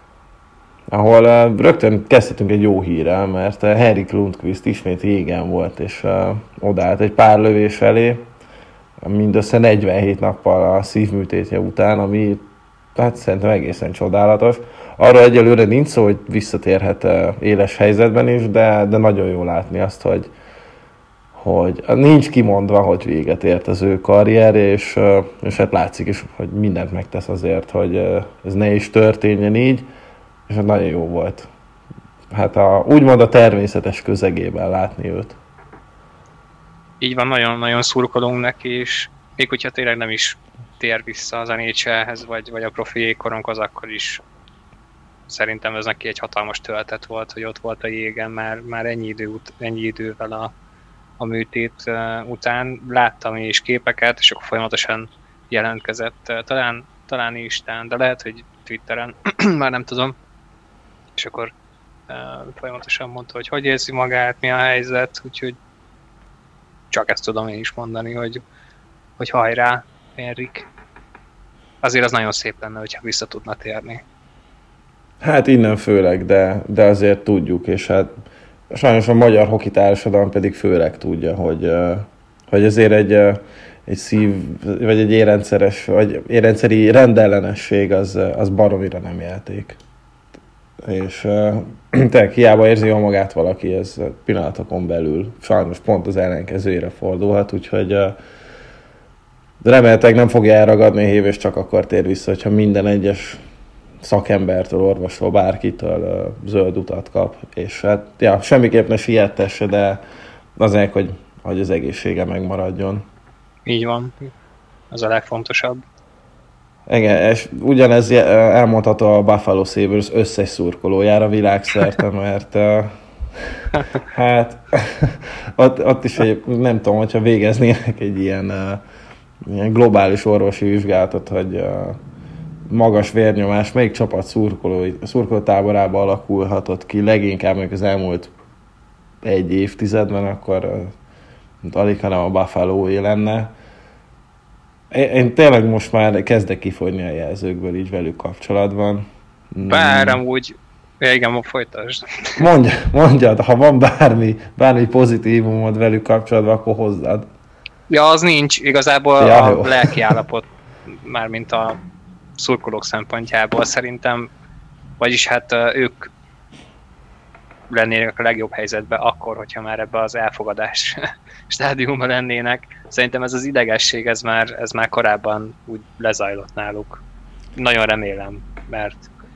ahol rögtön kezdhetünk egy jó hírrel, mert Henrik Lundqvist ismét jégen volt, és odállt egy pár lövés elé, mindössze 47 nappal a szívműtétje után, ami hát szerintem egészen csodálatos. Arra egyelőre nincs szó, hogy visszatérhet éles helyzetben is, de nagyon jó látni azt, hogy nincs kimondva, hogy véget ért az ő karrier, és hát látszik is, hogy mindent megtesz azért, hogy ez ne is történjen így, és hát nagyon jó volt. Hát úgymond a természetes közegében látni őt. Így van, nagyon-nagyon szurkolunk neki, és még hogyha tényleg nem is tér vissza az NHL-hez, vagy a profi jégkoronghoz, akkor is szerintem ez neki egy hatalmas töltet volt, hogy ott volt a jégen már ennyi idővel a műtét után. Láttam én is képeket, és akkor folyamatosan jelentkezett, talán Instán, de lehet, hogy Twitteren, már nem tudom. És akkor folyamatosan mondta, hogy érzi magát, mi a helyzet, úgyhogy csak ezt tudom én is mondani, hogy hajrá, Henrik. Azért az nagyon szép lenne, hogyha vissza tudna térni. Hát innen főleg, de azért tudjuk, és hát sajnos a magyar hoki társadalom pedig főleg tudja, hogy azért egy szív, vagy egy érrendszeres, vagy érrendszeri rendellenesség az baromira nem játék. És tényleg hiába érzi jól magát valaki, ez pillanatokon belül sajnos pont az ellenkezőjére fordulhat, úgyhogy de remélhetőleg nem fogja elragadni a hív, és csak akkor tér vissza, hogyha minden egyes szakembertől, orvostól, bárkitől zöld utat kap. És hát, ja, semmiképp ne siettesse, de azért, hogy az egészsége megmaradjon. Így van. Az a legfontosabb. Igen, és ugyanez elmondható a Buffalo Sabres összes szurkolójára világszerte, mert hát ott is nem tudom, hogyha végeznének egy ilyen globális orvosi vizsgálatot, hogy magas vérnyomás melyik csapat szurkolótáborába alakulhatott ki leginkább még az elmúlt egy évtizedben, akkor alig, hanem a Buffalo-é lenne. Én tényleg most már kezdek kifogyni a jelzőkből így velük kapcsolatban. Bár amúgy... Ja, igen, folytasd. Mondjad, ha van bármi pozitívumod velük kapcsolatban, akkor hozzad. Ja, az nincs. Igazából ja, a lelki állapot, mármint a szurkolók szempontjából szerintem, vagyis hát ők lennének a legjobb helyzetben akkor, hogyha már ebbe az elfogadás stádiumban lennének. Szerintem ez az idegesség, ez már korábban úgy lezajlott náluk. Nagyon remélem, mert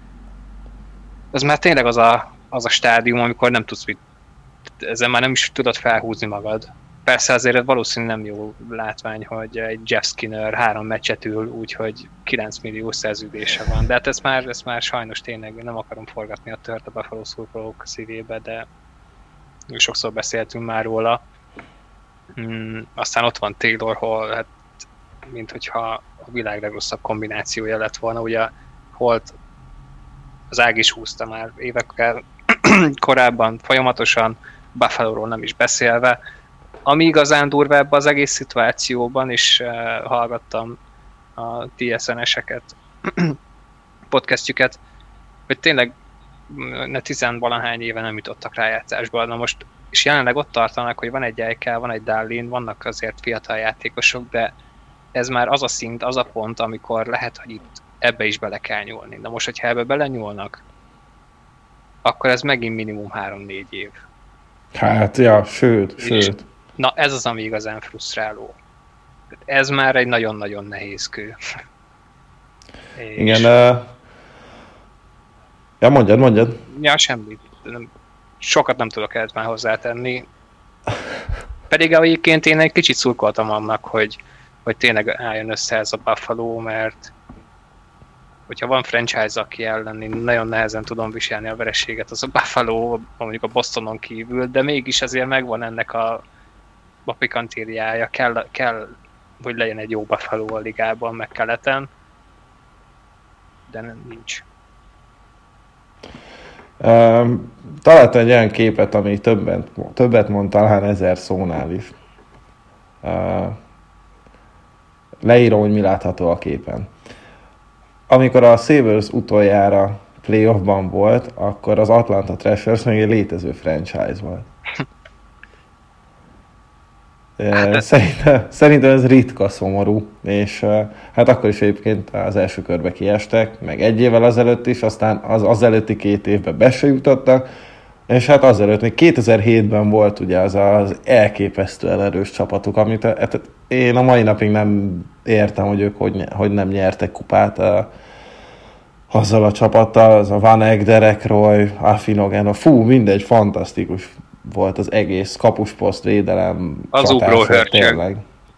ez már tényleg az a stádium, amikor nem tudsz ezzel már nem is tudod felhúzni magad. Persze azért valószínűleg nem jó látvány, hogy egy Jeff Skinner 3 meccset ül, úgyhogy 9 millió szerződése van. De hát ez már sajnos tényleg nem akarom forgatni a tört a Buffalo szurkolók szívébe, de sokszor beszéltünk már róla. Aztán ott van Taylor Hall, hát mint hogyha a világ legrosszabb kombinációja lett volna. Ugye Holt az ág is húzta már évekkel korábban, folyamatosan, Buffalo-ról nem is beszélve. Ami igazán durvább az egész szituációban, és hallgattam a TSN-eseket, podcastjüket, hogy tényleg 10-valahány éve nem jutottak rájátszásba. Na most, és jelenleg ott tartanak, hogy van egy Eichel, van egy Dahlin, vannak azért fiatal játékosok, de ez már az a szint, az a pont, amikor lehet, hogy itt ebbe is bele kell nyúlni. De most, hogyha ebbe belenyúlnak, akkor ez megint minimum 3-4 év. Hát, ja, sőt. Na, ez az, ami igazán frusztráló. Ez már egy nagyon-nagyon nehéz kő. Igen, ja, mondjad. Ja, semmit. Sokat nem tudok ehhez már hozzátenni. Pedig egyébként én egy kicsit szurkoltam annak, hogy tényleg álljon össze ez a Buffalo, mert hogyha van franchise, aki ellen én nagyon nehezen tudom viselni a vereséget, az a Buffalo, mondjuk a Bostonon kívül, de mégis azért megvan ennek a pikantériája, kell, hogy legyen egy jó Buffalo a ligában, meg keleten, de nincs. Találtam egy olyan képet, ami többet mond talán 1000 szónál is. Leírom, hogy mi látható a képen. Amikor a Sabres utoljára playoffban volt, akkor az Atlanta Thrashers még egy létező franchise volt. Szerintem ez ritka szomorú, és hát akkor is egyébként az első körbe kiestek, meg egy évvel azelőtt is, aztán az előtti 2 évben be se jutottak, és hát azelőtt még 2007-ben volt ugye az elképesztően erős csapatuk, amit én a mai napig nem értem, hogy ők hogy nem nyertek kupát azzal a csapattal, az a Van Eyck, Derek Roy, Afinogen, mindegy, fantasztikus volt az egész kapusposzt védelem. Az ugró hörcsög.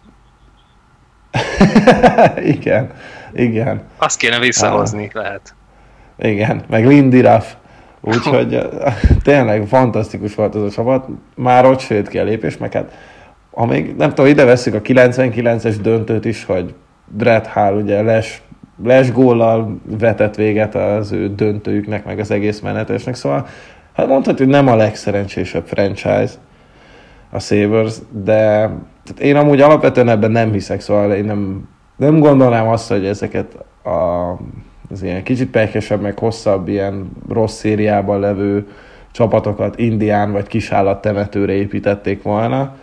Igen. Azt kéne visszahozni, lehet. Igen, meg Lindy Ruff. Úgyhogy tényleg fantasztikus volt az a csapat. Már ott sőt ki a lépés, meg hát amíg, nem tudom, ide veszük a 99-es döntőt is, hogy Brett Hull ugye les góllal vetett véget az ő döntőjüknek, meg az egész menetesnek, szóval hát mondhatjuk, hogy nem a legszerencsésebb franchise a Sabres, de én amúgy alapvetően ebben nem hiszek, szóval én nem gondolnám azt, hogy ezeket az ilyen kicsit pekesebb, meg hosszabb, ilyen rossz szériában levő csapatokat Indián vagy kisállattemetőre építették volna.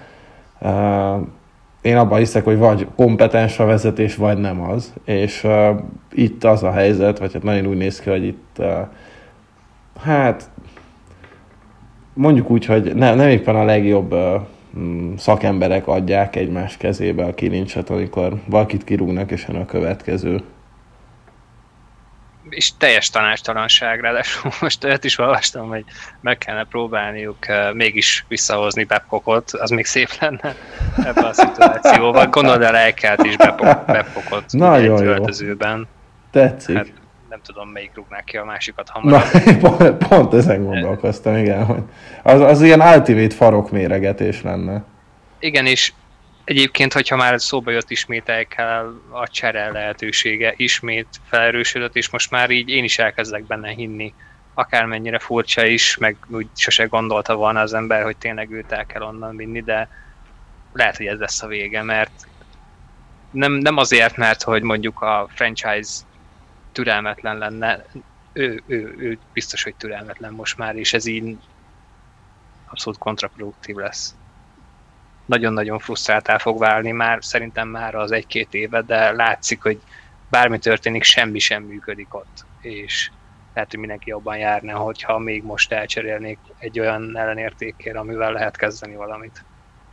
Én abban hiszek, hogy vagy kompetens a vezetés, vagy nem az. És itt az a helyzet, vagy hát nagyon úgy néz ki, hogy itt hát mondjuk úgy, hogy nem éppen a legjobb szakemberek adják egymás kezébe a kilincset, amikor valakit kirúgnak, és jön a következő. és teljes tanácstalanság, ráadásul most olyat is olvastam, hogy meg kellene próbálniuk mégis visszahozni Babcockot, az még szép lenne ebben a szituációban. Gondold el, elkelt is Babcockot egy öltözőben. Tetszik. Hát, nem tudom, melyik rúgnák ki a másikat hamarabb. Na, pont ezen gondolkoztam, igen, hogy az ilyen ultimate farokméregetés lenne. Igen, és egyébként, hogyha már szóba jött ismét el a csere lehetősége, ismét felerősödött, és most már így én is elkezdek benne hinni, akármennyire furcsa is, meg úgy sose gondolta volna az ember, hogy tényleg őt el kell onnan vinni, de lehet, hogy ez lesz a vége, mert nem azért, mert hogy mondjuk a franchise türelmetlen lenne, ő biztos, hogy türelmetlen most már, és ez így abszolút kontraproduktív lesz. Nagyon-nagyon frusztráltá fog válni már, szerintem már az 1-2 éve, de látszik, hogy bármi történik, semmi sem működik ott, és lehet, hogy mindenki jobban járna, hogyha még most elcserélnék egy olyan ellenértékért, amivel lehet kezdeni valamit.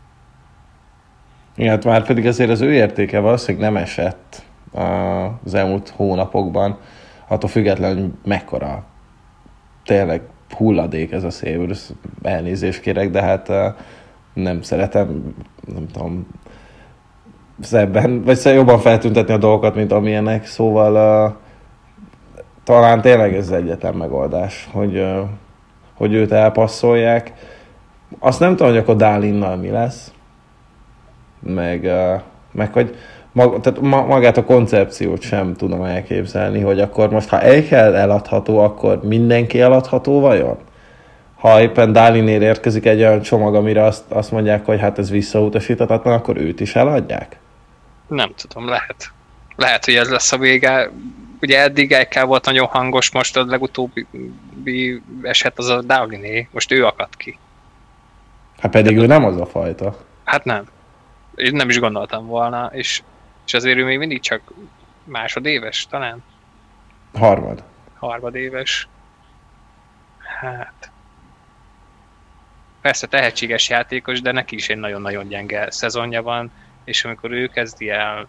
Igen, hát már pedig azért az ő értéke valószínűleg nem esett az elmúlt hónapokban, attól függetlenül, hogy mekkora tényleg hulladék ez a Sabres, elnézést kérek, de hát nem szeretem, nem tudom, szebben, vagy jobban feltüntetni a dolgokat, mint amilyenek, szóval talán tényleg ez egyetlen megoldás, hogy őt elpasszolják. Azt nem tudom, hogy akkor Dálinnal mi lesz, meg hogy magát a koncepciót sem tudom elképzelni, hogy akkor most, ha Eichel eladható, akkor mindenki eladható vajon? Ha éppen Dálinél érkezik egy olyan csomag, amire azt mondják, hogy hát ez visszautasíthatatlan, akkor őt is eladják? Nem tudom, lehet. Lehet, hogy ez lesz a vége. Ugye eddig Eichel volt nagyon hangos, most a legutóbbi eset az a Dáliné. Most ő akadt ki. Hát pedig ő nem az a fajta. Hát nem. Én nem is gondoltam volna, és azért ő még mindig csak másodéves, talán? Harmadéves. Hát... Persze tehetséges játékos, de neki is egy nagyon-nagyon gyenge szezonja van, és amikor ő kezdi el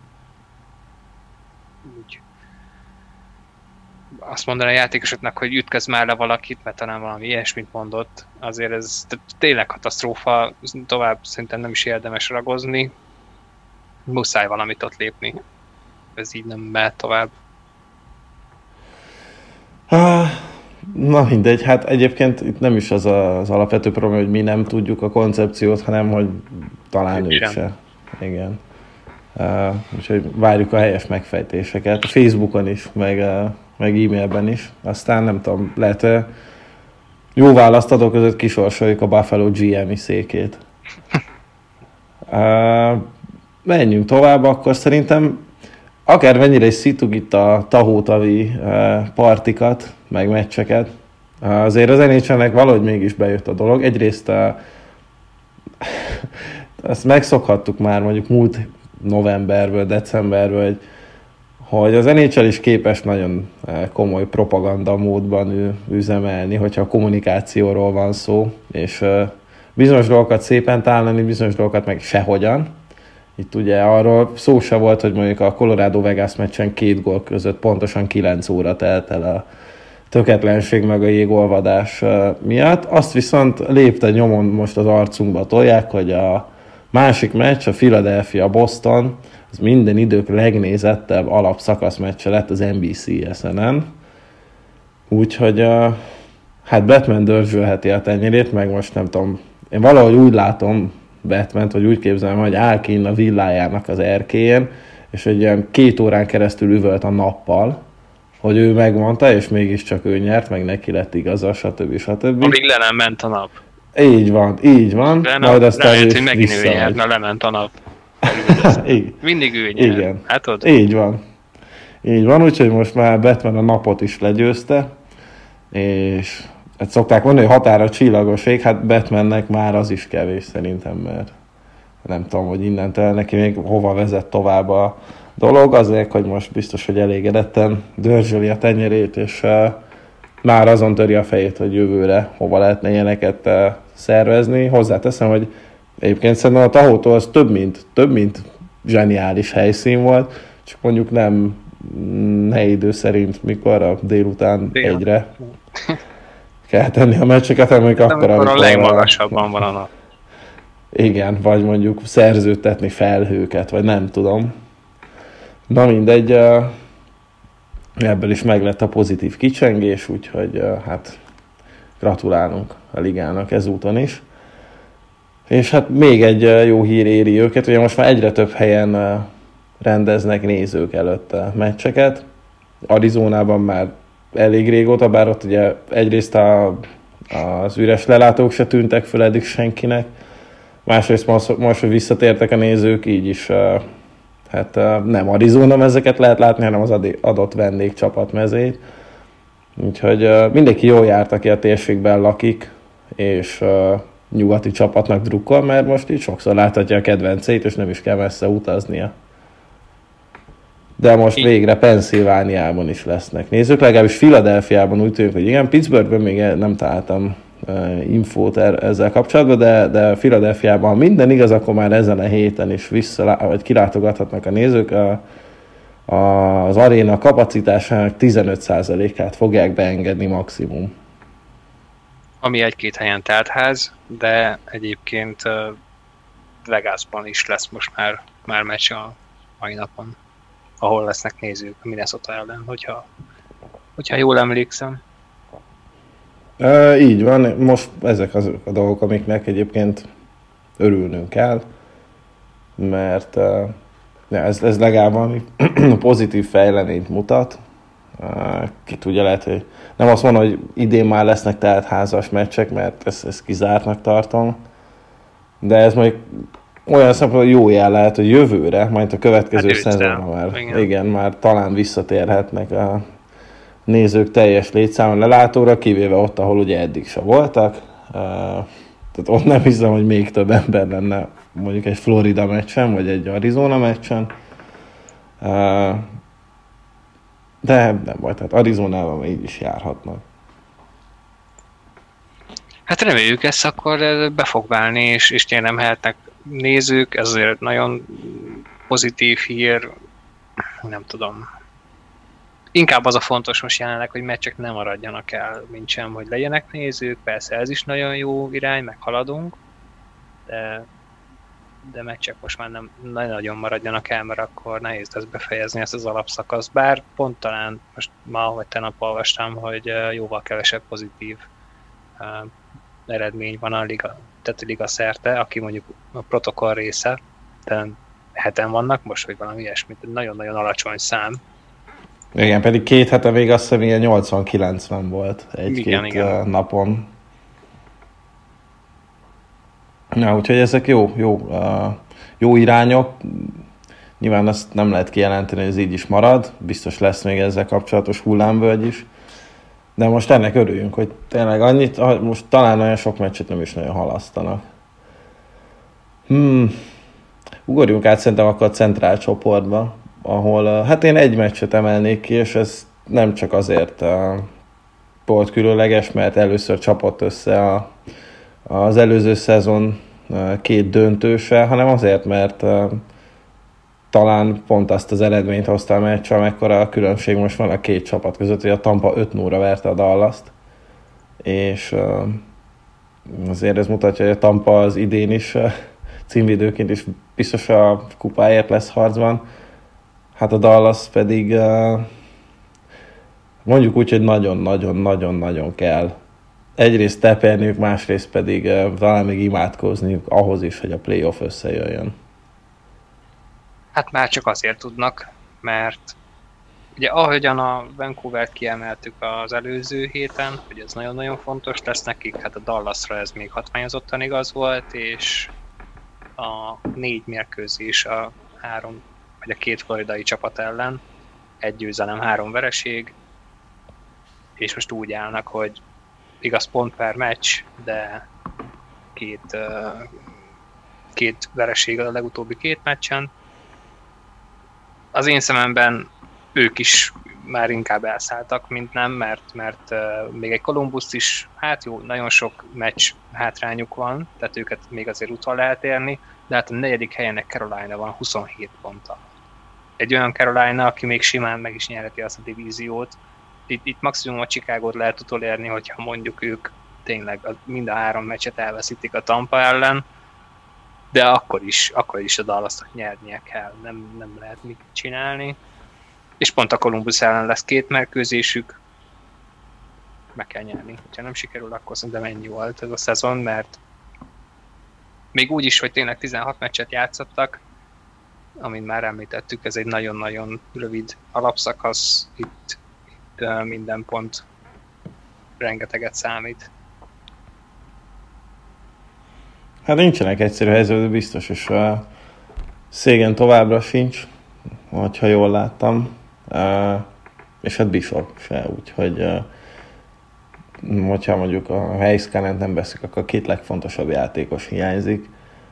úgy azt mondani a játékosoknak, hogy ütközz már le valakit, mert talán valami ilyesmit mondott, azért ez tényleg katasztrófa, tovább szerintem nem is érdemes ragozni, muszáj valamit ott lépni. Ez így nem mehet tovább. Na mindegy, hát egyébként itt nem is az alapvető probléma, hogy mi nem tudjuk a koncepciót, hanem hogy talán ők se. Igen. Úgyhogy várjuk a helyes megfejtéseket. A Facebookon is, meg e-mailben is. Aztán nem tudom, lehet jó választadók között kisorsoljuk a Buffalo GM-i székét. Menjünk tovább, akkor szerintem akármennyire is szittuk itt a tahótavi partikat, meg meccseket, azért az NHL-nek valahogy mégis bejött a dolog. Egyrészt ezt megszokhattuk már mondjuk múlt novemberből, decemberből, hogy az NHL is képes nagyon komoly propaganda módban üzemelni, hogyha a kommunikációról van szó, és bizonyos dolgokat szépen tálni, bizonyos dolgokat meg sehogyan. Itt ugye arról szó se volt, hogy mondjuk a Colorado-Vegas meccsen 2 gól között pontosan 9 óra telt el a töketlenség meg a jégolvadás miatt. Azt viszont lépte nyomon most az arcunkba tolják, hogy a másik meccs, a Philadelphia-Boston, az minden idők legnézettebb alapszakasz meccse lett az NBC-SN-en. Úgyhogy hát Batman dörzsölheti a tenyerét, meg most nem tudom, én valahogy úgy látom Batmant, hogy úgy képzelem, hogy áll kinn a villájának az erkélyen, és egy ilyen 2 órán keresztül üvölt a nappal, hogy ő megmondta, és mégiscsak ő nyert, meg neki lett igaza, stb. Amíg le nem ment a nap. Így van. Majd aztán lehet, hogy megint ő nyert, na lement a nap. Mindig ő nyer. Igen. Hát ott. Így van, úgyhogy most már Batman a napot is legyőzte, és hát szokták mondani, hogy határa csillagos ég, hát Batmannek már az is kevés szerintem, mert nem tudom, hogy innentől neki még hova vezet tovább a dolog, azért, hogy most biztos, hogy elégedetten dörzsöli a tenyerét, és már azon töri a fejét, hogy jövőre hova lehetne ilyeneket szervezni. Hozzáteszem, hogy egyébként szerintem a Tahótó az több mint zseniális helyszín volt, csak mondjuk nem helyi idő szerint mikor, a délután egyre kell tenni a meccseket, amikor a legmagasabban van a nap. Igen, vagy mondjuk szerződtetni felhőket, vagy nem tudom. Na mindegy, ebből is meg lett a pozitív kicsengés, úgyhogy hát gratulálunk a ligának ezúton is. És hát még egy jó hír éri őket, ugye most már egyre több helyen rendeznek nézők előtt a meccseket. Arizonában már elég régóta, bár ott ugye egyrészt az üres lelátók se tűntek föl eddig senkinek, másrészt most, hogy visszatértek a nézők, így is hát nem Arizona mezeket lehet látni, hanem az adott vendégcsapat mezét. Úgyhogy mindenki jól járt, aki a térségben lakik, és nyugati csapatnak drukkol, mert most így sokszor láthatja a kedvencét, és nem is kell messze utaznia. De most végre Pennsylvániában is lesznek nézők, legalábbis Philadelphiában úgy tűnik, hogy igen, Pittsburghben még nem találtam infót ezzel kapcsolatban, de Philadelphiában, ha minden igaz, akkor már ezen a héten is vagy kilátogathatnak a nézők. Az aréna kapacitásának 15%-át fogják beengedni maximum. Ami egy-két helyen teltház, de egyébként Vegasban is lesz most már meccs a mai napon, ahol lesznek nézők a Minnesota ellen, hogyha jól emlékszem. Így van, most ezek azok a dolgok, amiknek egyébként örülnünk kell, mert ez legalább valami pozitív fejleményt mutat. Ki tudja, lehet, hogy nem azt mondom, hogy idén már lesznek teltházas meccsek, mert ezt kizártnak tartom, de ez majd olyan szempontból jó jel lehet, hogy jövőre, majd a következő szezonban már, igen, már talán visszatérhetnek a nézők teljes létszámon lelátóra, kivéve ott, ahol ugye eddig se voltak. Tehát ott nem hiszem, hogy még több ember lenne mondjuk egy Florida meccsen, vagy egy Arizona meccsen. De nem baj, tehát Arizonában így is járhatnak. Hát reméljük ezt akkor be fog válni, és tényleg nem lehetnek nézők, ez azért nagyon pozitív hír, nem tudom. Inkább az a fontos most jelenleg, hogy meccsek nem maradjanak el, mint sem, hogy legyenek nézők, persze ez is nagyon jó irány, meg haladunk, de meccsek most már nem nagyon maradjanak el, mert akkor nehéz lesz befejezni ezt az alapszakaszt. Bár pont talán most ma vagy tegnap olvastam, hogy jóval kevesebb pozitív eredmény van a liga szerte, aki mondjuk a protokoll része, de 7-en vannak most, vagy valami ilyesmit, nagyon-nagyon alacsony szám. Igen, pedig 2 hete még azt hiszem ilyen 80-90 volt egy-két napon. Na, úgyhogy ezek jó irányok. Nyilván azt nem lehet kijelenteni, hogy ez így is marad. Biztos lesz még ezzel kapcsolatos hullámvölgy is. De most ennek örüljünk, hogy tényleg annyit, most talán olyan sok meccset nem is nagyon halasztanak. Ugorjunk át szerintem akkor a centrál csoportba, ahol hát én egy meccset emelnék ki, és ez nem csak azért volt különleges, mert először csapott össze az előző szezon 2 döntőse, hanem azért, mert talán pont azt az eredményt hozta a meccs, amekkora a különbség most van a 2 csapat között, hogy a Tampa 5-0-ra verte a Dallast, és azért ez mutatja, hogy a Tampa az idén is címvédőként is biztos a kupáért lesz harcban. Hát a Dallas pedig mondjuk úgy, hogy nagyon-nagyon-nagyon-nagyon kell. Egyrészt teperniük, másrészt pedig talán még imádkozniuk ahhoz is, hogy a playoff összejöjjön. Hát már csak azért tudnak, mert ugye ahogyan a Vancouvert kiemeltük az előző héten, hogy ez nagyon-nagyon fontos lesz nekik, hát a Dallasra ez még hatványozottan igaz volt, és a 4 mérkőzés a 3 vagy a 2 floridai csapat ellen, 1 győzelem, 3 vereség, és most úgy állnak, hogy igaz pont per meccs, de 2 vereség a legutóbbi 2 meccsen. Az én szememben ők is már inkább elszálltak, mint nem, mert még egy Columbus is, hát jó, nagyon sok meccs hátrányuk van, tehát őket még azért utol lehet érni, de hát a 4. helyenek Carolina van 27 ponttal. egy olyan Carolina, aki még simán meg is nyerheti azt a divíziót. Itt maximum a Chicagót lehet utolérni, hogyha mondjuk ők tényleg mind a 3 meccset elveszítik a Tampa ellen, de akkor is a Dallasnak nyernie kell, nem lehet mit csinálni. És pont a Columbus ellen lesz 2 mérkőzésük, meg kell nyerni. Ha nem sikerül, akkor szerintem ennyi volt ez a szezon, mert még úgy is, hogy tényleg 16 meccset játszottak, amint már említettük, ez egy nagyon-nagyon rövid alapszakasz, itt minden pont rengeteget számít. Hát nincsenek egyszerű helyzetben, biztos, és Seguin továbbra sincs, ha jól láttam, és hát Bishop se, úgyhogy hogyha mondjuk a Heiskanen nem veszik, akkor a 2 legfontosabb játékos hiányzik.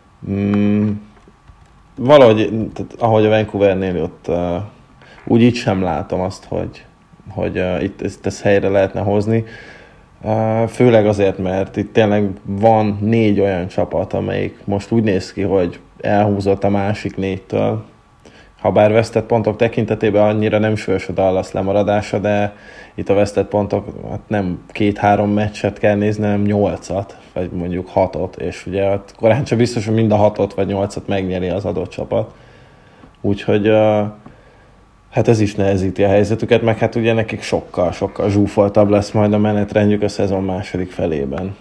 Valahogy, tehát, ahogy a Vancouvernél ott úgy itt sem látom azt, hogy itt ezt helyre lehetne hozni. Főleg azért, mert itt tényleg van 4 olyan csapat, amelyik most úgy néz ki, hogy elhúzott a másik 4-től. Habár vesztett pontok tekintetében annyira nem súlyos a Dallas lemaradása, de itt a vesztett pontok hát nem 2-3 meccset kell nézni, hanem 8-at, vagy mondjuk 6-ot, és ugye korán sem biztos, hogy mind a 6-ot vagy 8-at megnyeri az adott csapat. Úgyhogy hát ez is nehezíti a helyzetüket, meg hát ugye nekik sokkal zsúfoltabb lesz majd a menetrendjük a szezon második felében.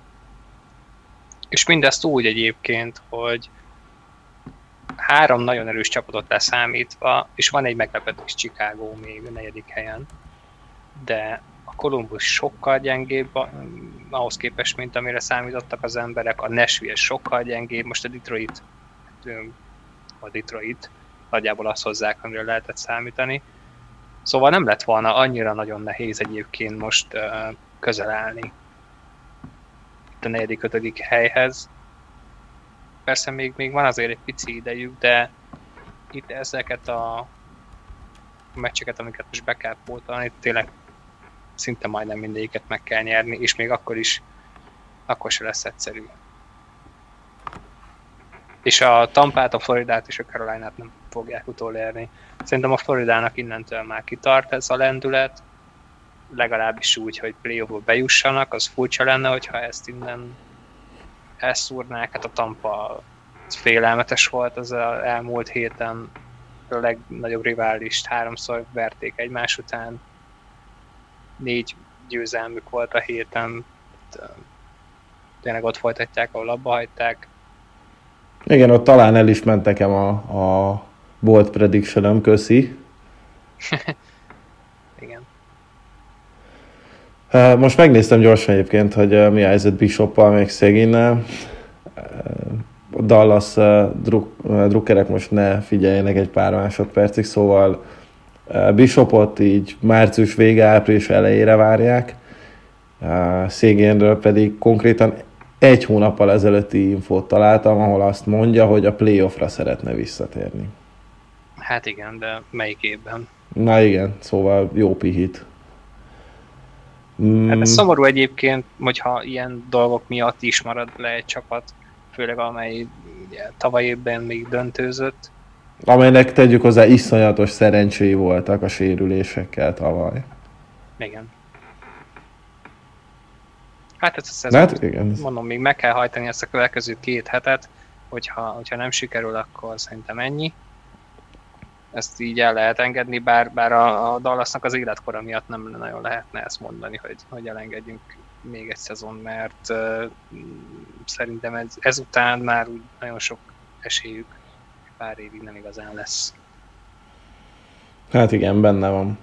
És mindezt úgy egyébként, hogy 3 nagyon erős csapatot leszámítva, és van egy meglepetés Chicago még a 4. helyen, de a Columbus sokkal gyengébb ahhoz képest, mint amire számítottak az emberek, a Nashville sokkal gyengébb, most a Detroit nagyjából azt hozzák, amire lehetett számítani. Szóval nem lett volna annyira nagyon nehéz egyébként most közel állni itt a 4.-5. helyhez. Persze még van azért egy pici idejük, de itt ezeket a meccseket, amiket most be kell pótolni, tényleg szinte majdnem mindegyiket meg kell nyerni, és még akkor se lesz egyszerű. És a Tampát, a Floridát és a Carolinát nem fogják utolérni. Szerintem a Floridának innentől már kitart ez a lendület, legalábbis úgy, hogy playoffba bejussanak, az furcsa lenne, hogyha ezt innen elszúrnák. Hát a Tampa félelmetes volt az elmúlt héten, a legnagyobb riválist 3-szor verték egymás után, 4 győzelmük volt a héten, tényleg ott folytatják, ahol abba hagyták. Igen, ott talán el is ment nekem a bold prediction-öm, köszi. Igen. Most megnéztem gyorsan egyébként, hogy mi a helyzet Bishoppal, még Seguinnel. Dallas drukkerek most ne figyeljenek egy pár másodpercig, szóval Bishopot így március vége, április elejére várják. Seguinről pedig konkrétan 1 hónappal ezelőtti infót találtam, ahol azt mondja, hogy a playoffra szeretne visszatérni. Hát igen, de melyik évben? Na igen, szóval jó pihit. Hát ez szomorú egyébként, hogyha ilyen dolgok miatt is marad le egy csapat, főleg amely ugye, tavaly évben még döntőzött. Amelynek tegyük hozzá iszonyatos szerencséi voltak a sérülésekkel tavaly. Igen. Hát ez a szezon, hát, igen. Mondom, még meg kell hajtani ezt a következő 2 hetet, hogyha nem sikerül, akkor szerintem ennyi. Ezt így el lehet engedni, bár a Dallasnak az életkora miatt nem nagyon lehetne ezt mondani, hogy elengedjünk még egy szezon, mert szerintem ezután már úgy nagyon sok esélyük pár évig nem igazán lesz. Hát igen, benne van.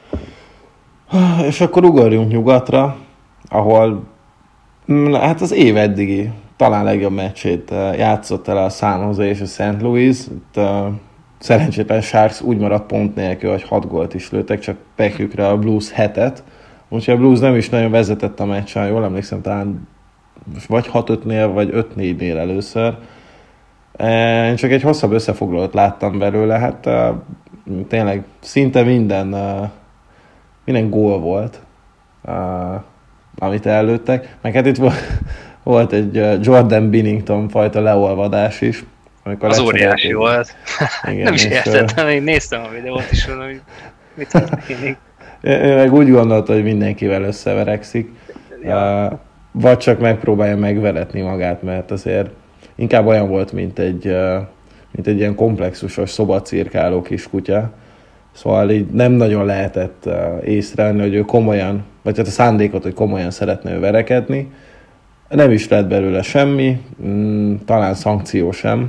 És akkor ugorjunk nyugatra, ahol hát az év eddigi talán legjobb meccsét játszott el a San Jose és a St. Louis. Itt szerencsétlen Sharks úgy maradt pont nélkül, hogy 6 gólt is lőttek, csak pekjükre a Blues 7-et. Úgyhogy a Blues nem is nagyon vezetett a meccsen, jól emlékszem, talán vagy 6-5-nél, vagy 5-4-nél először. Én csak egy hosszabb összefoglalót láttam belőle, hát tényleg szinte minden gól volt, amit előttek. Meg hát itt volt egy Jordan Binnington fajta leolvadás is, Az óriási volt. Igen, nem is értettem, én néztem a videót is, hogy mit történik. Ő meg úgy gondolta, hogy mindenkivel összeverekszik. Ja. Vagy csak megpróbálja megveretni magát, mert azért inkább olyan volt, mint egy ilyen komplexusos szobacirkáló kiskutya. Szóval így nem nagyon lehetett észrevenni, hogy ő komolyan, vagy hát a szándékot, hogy komolyan szeretne ő verekedni. Nem is lett belőle semmi, talán szankció sem.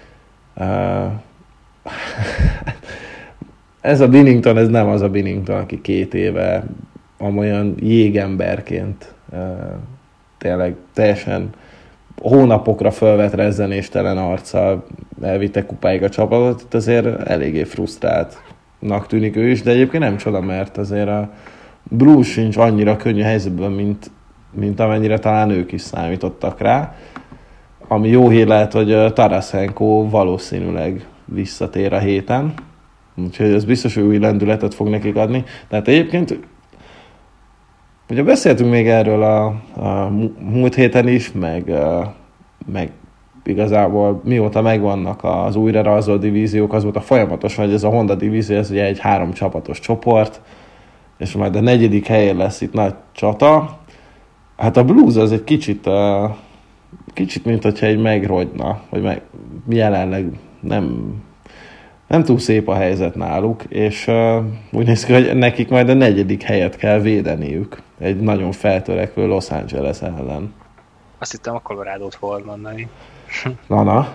Ez a Binnington, ez nem az a Binnington, aki 2 éve amolyan jégemberként tényleg teljesen hónapokra fölvett rezzenéstelen arccal elvitte kupáig a csapatot. Itt azért eléggé frusztráltnak tűnik ő is, de egyébként nem csoda, mert azért a Blues sincs annyira könnyű helyzetben, mint amennyire talán ők is számítottak rá. Ami jó hír lehet, hogy Tarasenko valószínűleg visszatér a héten, úgyhogy ez biztos, hogy új lendületet fog nekik adni. Tehát egyébként ugye beszéltünk még erről a múlt héten is, meg igazából mióta megvannak az újra rajzolt divíziók, azóta folyamatosan, hogy ez a Honda divízió, ez ugye egy 3 csapatos csoport, és majd a 4. helyen lesz itt nagy csata. Hát a Blues az egy kicsit mint hogyha egy megrogyna, vagy jelenleg nem túl szép a helyzet náluk, és úgy néz ki, hogy nekik majd a 4. helyet kell védeniük egy nagyon feltörekvő Los Angeles ellen. Azt hittem a Colorado-t fogod mondani. Na.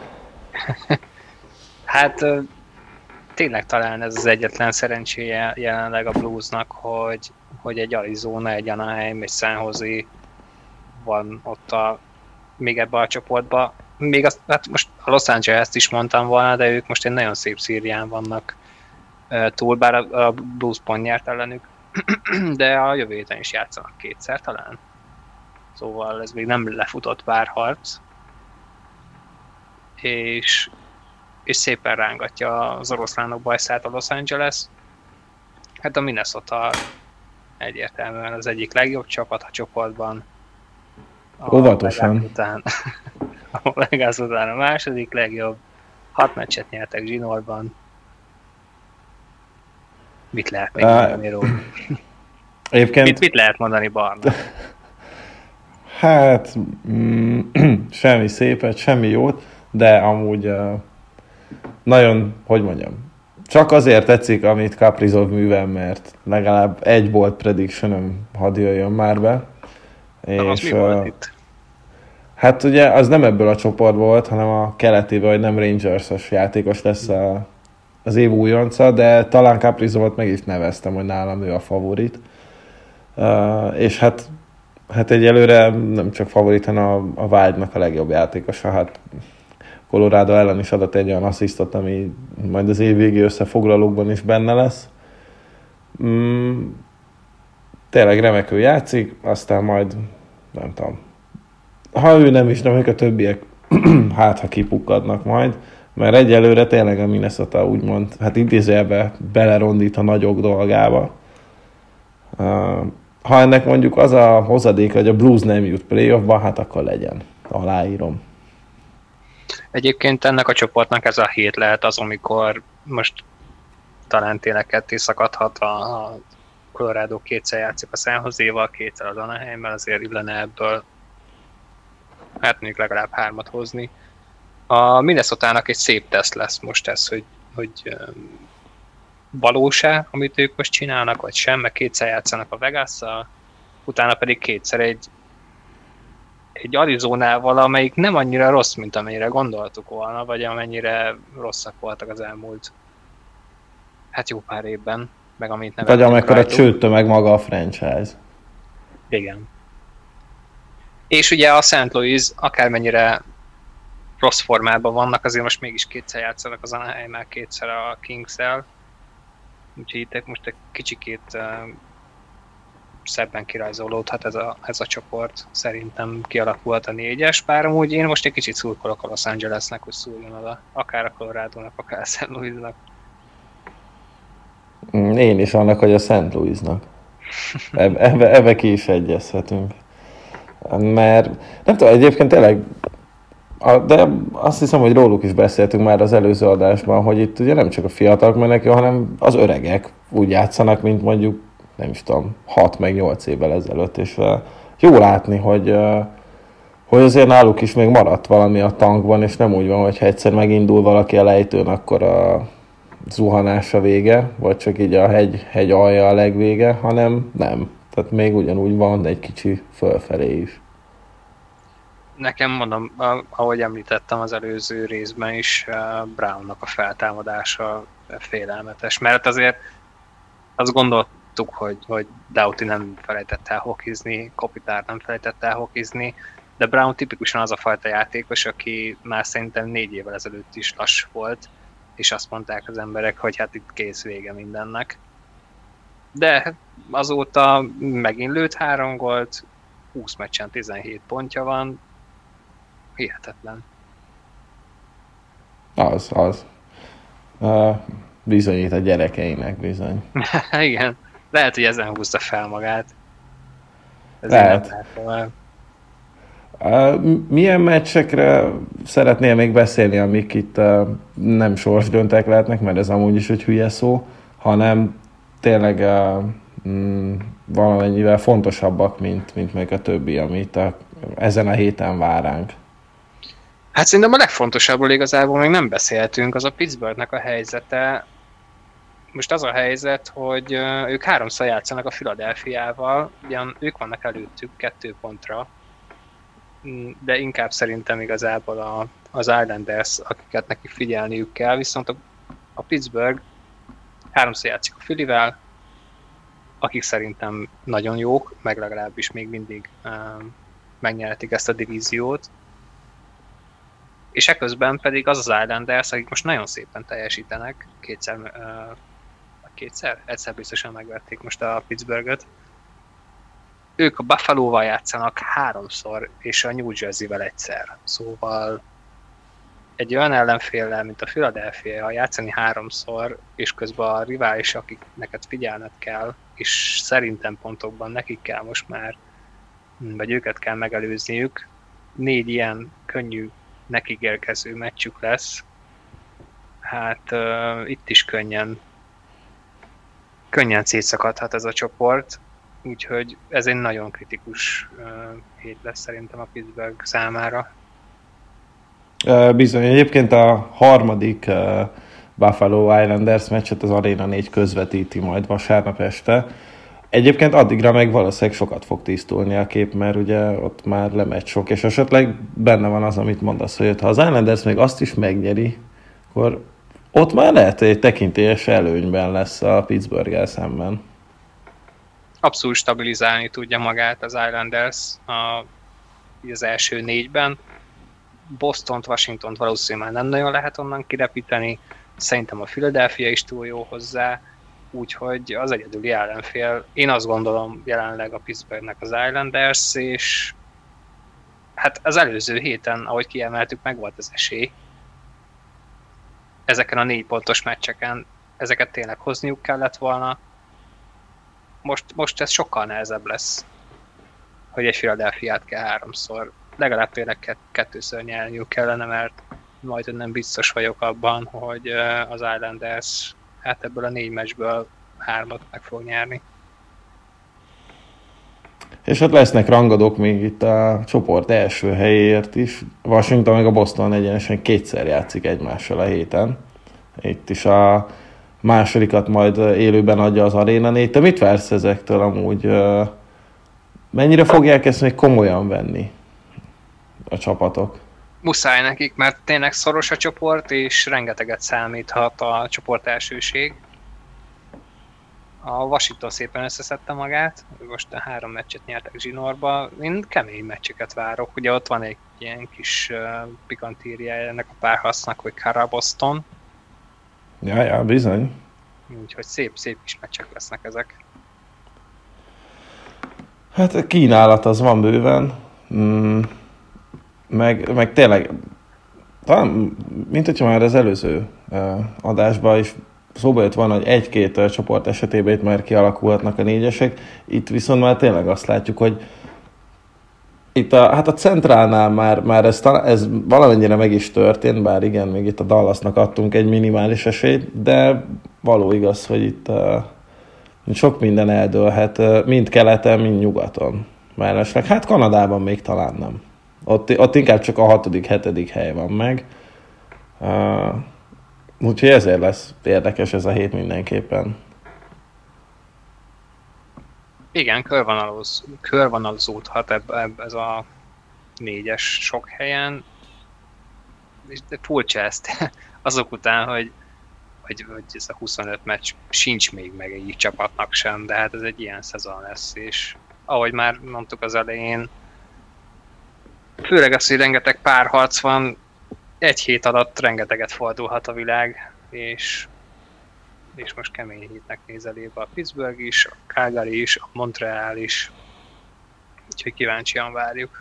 Hát tényleg talán ez az egyetlen szerencséje jelenleg a Bluesnak, hogy egy Arizona, egy Anaheim, egy San Jose van ott még ebbe a csoportba. Még hát most a Los Angeles-t is mondtam volna, de ők most egy nagyon szép szérián vannak túl, bár a Blues pont nyert ellenük, de a jövő héten is játszanak 2-szer talán. Szóval ez még nem lefutott párharc. És szépen rángatja az oroszlánok bajszát a Los Angeles. Hát a Minnesota egyértelműen az egyik legjobb csapat a csoportban. Óvatosan. A Vegas után a második legjobb. 6 meccset nyertek zsinórban. Mit lehet még mondani róla? Egyébként... Mit lehet mondani Barna? Hát semmi szépet, semmi jót, de amúgy nagyon, hogy mondjam, csak azért tetszik, amit Kaprizov művel, mert legalább egy bold prediction-öm hadd jöjjön már be. Na, és, mi volt itt? Hát ugye az nem ebből a csoportból volt, hanem a keletében, hogy nem Rangers-os játékos lesz az év újonca, de talán Kaprizovot meg is neveztem, hogy nálam ő a favorit. És hát egyelőre nem csak favorit, hanem a Wild-nak a legjobb játékosa. Hát Colorado ellen is adott egy olyan asszisztot, ami majd az év végi összefoglalókban is benne lesz. Tényleg remekül játszik, aztán majd nem tudom. Ha ő nem is, de a többiek hát ha kipukkadnak majd, mert egyelőre tényleg a Minnesota úgymond, hát idézőjelben belerondít a nagyok dolgába. Ha ennek mondjuk az a hozadék, hogy a Blues nem jut playoffba, hát akkor legyen. Aláírom. Egyébként ennek a csoportnak ez a hét lehet az, amikor most talán tényleg ketté szakadhat a Colorado 2-szer játszik a San Jose-val, 2-szer az Anaheimmel, azért illene ebből hát mondjuk legalább 3-at hozni. A Minnesotának egy szép teszt lesz most ez, hogy valós-e, amit ők most csinálnak, vagy sem, meg 2-szer játszanak a Vegasszal, utána pedig 2-szer egy Arizonával, amelyik nem annyira rossz, mint amennyire gondoltuk volna, vagy amennyire rosszak voltak az elmúlt hát jó pár évben, meg amit nevettünk. Vagy amekkora csőtte meg maga a franchise. Igen. És ugye a St. Louis akármennyire rossz formában vannak, azért most mégis 2-szer játszanak az Anaheimmel, 2-szer a Kings-el. Úgyhogy itt most egy kicsikét szebben kirajzolódhat ez a csoport. Szerintem kialakult a 4-es, bár amúgy én most egy kicsit szurkolok a Los Angelesnek, hogy szúrjon oda, akár a Colorado-nak, akár a St. Louisnak. Én is annak, hogy a St. Louisnak. Ebbe ki is egyezhetünk. Mert nem tudom, egyébként tényleg De azt hiszem, hogy róluk is beszéltünk már az előző adásban, hogy itt ugye nem csak a fiatalok mennek, hanem az öregek úgy játszanak, mint mondjuk, nem is tudom, 6 meg 8 évvel ezelőtt, és jó látni, hogy azért náluk is még maradt valami a tankban, és nem úgy van, hogy ha egyszer megindul valaki a lejtőn, akkor a zuhanás a vége, vagy csak így a hegy alja a legvége, hanem nem. Tehát még ugyanúgy van egy kicsi fölfelé is. Nekem mondom, ahogy említettem az előző részben is, Brownnak a feltámadása félelmetes, mert azért azt gondoltuk, hogy Doughty nem felejtett el hokizni, Kopitar nem felejtett el hokizni, de Brown tipikusan az a fajta játékos, aki már szerintem 4 évvel ezelőtt is lassú volt, és azt mondták az emberek, hogy hát itt kész, vége mindennek. De azóta megint lőtt 3 gólt, 20 meccsen 17 pontja van, hihetetlen. Az. Bizonyít a gyerekeinek bizony. Igen, lehet, hogy ezen húzta fel magát. Lehet. Milyen meccsekre szeretnél még beszélni, amik itt nem sorsdöntőek lehetnek, mert ez amúgy is egy hülye szó, hanem tényleg valamennyivel fontosabbak, mint még a többi, amit ezen a héten vár ránk? Hát szerintem a legfontosabbról igazából még nem beszéltünk, az a Pittsburghnek a helyzete. Most az a helyzet, hogy ők 3-szor játszanak a Philadelphiával, ugyan ők vannak előttük 2 pontra, de inkább szerintem igazából az Islanders, akiket neki figyelniük kell, viszont a Pittsburgh 3-szor játszik a Phillyvel, akik szerintem nagyon jók, meg legalábbis még mindig megnyerhetik ezt a divíziót. És eközben pedig az Islanders, akik most nagyon szépen teljesítenek, egyszer biztosan megverték most a Pittsburghet. Ők a Buffalo-val játszanak 3-szor, és a New Jersey-vel egyszer. Szóval egy olyan ellenféllel, mint a Philadelphia, játszani 3-szor, és közben a rivális, akik neked figyelned kell, és szerintem pontokban nekik kell most már, vagy őket kell megelőzniük. 4 ilyen könnyű nekigérkező meccsük lesz. Hát itt is könnyen szétszakadhat ez a csoport, úgyhogy ez egy nagyon kritikus hét lesz szerintem a Pittsburgh számára. Bizony, egyébként a harmadik Buffalo Islanders meccset az Arena 4 közvetíti majd vasárnap este. Egyébként addigra meg valószínűleg sokat fog tisztulni a kép, mert ugye ott már lemegy sok, és esetleg benne van az, amit mondasz, hogy ha az Islanders még azt is megnyeri, akkor ott már lehet, hogy egy tekintélyes előnyben lesz a Pittsburgh-el szemben. Abszolút stabilizálni tudja magát az Islanders az első 4-ben. Bostont, Washingtont valószínűleg nem nagyon lehet onnan kirepíteni. Szerintem a Philadelphia is túl jó hozzá. Úgyhogy az egyedüli ellenfél, én azt gondolom jelenleg a Pittsburghnek az Islanders, és hát az előző héten, ahogy kiemeltük, meg volt az esély. Ezeken a 4 pontos meccseken ezeket tényleg hozniuk kellett volna. Most ez sokkal nehezebb lesz, hogy egy Philadelphiát kell 3-szor, legalább tényleg 2-ször nyerniük kellene, mert majd nem biztos vagyok abban, hogy az Islanders hát ebből a 4 meccsből 3-at meg fog nyerni. És ott lesznek rangadók még itt a csoport első helyéért is. Washington meg a Boston egyenesen 2-szer játszik egymással a héten. Itt is a másodikat majd élőben adja az Arena 4. Te mit vársz ezektől amúgy? Mennyire fogják ezt még komolyan venni a csapatok? Muszáj nekik, mert tényleg szoros a csoport, és rengeteget számíthat a csoport elsőség. A Washington szépen összeszedte magát, most a 3 meccset nyertek zsinórba. Én kemény meccseket várok, ugye ott van egy ilyen kis pikantírja ennek a párharcnak, hogy Cara-Boston. Ja, bizony. Úgyhogy szép kis meccsek lesznek ezek. Hát a kínálat az van bőven. Meg tényleg, talán, mint hogyha már az előző adásban is szóba jött volna, hogy 1-2 csoport esetében itt már kialakulhatnak a 4-esek. Itt viszont már tényleg azt látjuk, hogy itt a Centrálnál már ez valamennyire meg is történt, bár igen, még itt a Dallasnak adtunk egy minimális esélyt, de való igaz, hogy itt sok minden eldőlhet, mind keleten, mind nyugaton. Mellesleg, hát Kanadában még talán nem. Ott inkább csak a 6.-7. hely van meg. Úgyhogy ezért lesz érdekes ez a hét mindenképpen. Igen, körvonalazódhat ez a 4-es sok helyen. De furcsa ezt azok után, hogy ez a 25 meccs sincs még meg egyik csapatnak sem, de hát ez egy ilyen szezon lesz, és ahogy már mondtuk az elején, főleg az, hogy rengeteg párharc van, egy hét alatt rengeteget fordulhat a világ, és most kemény hétnek néz elébe a Pittsburgh is, a Calgary is, a Montreal is, úgyhogy kíváncsian várjuk.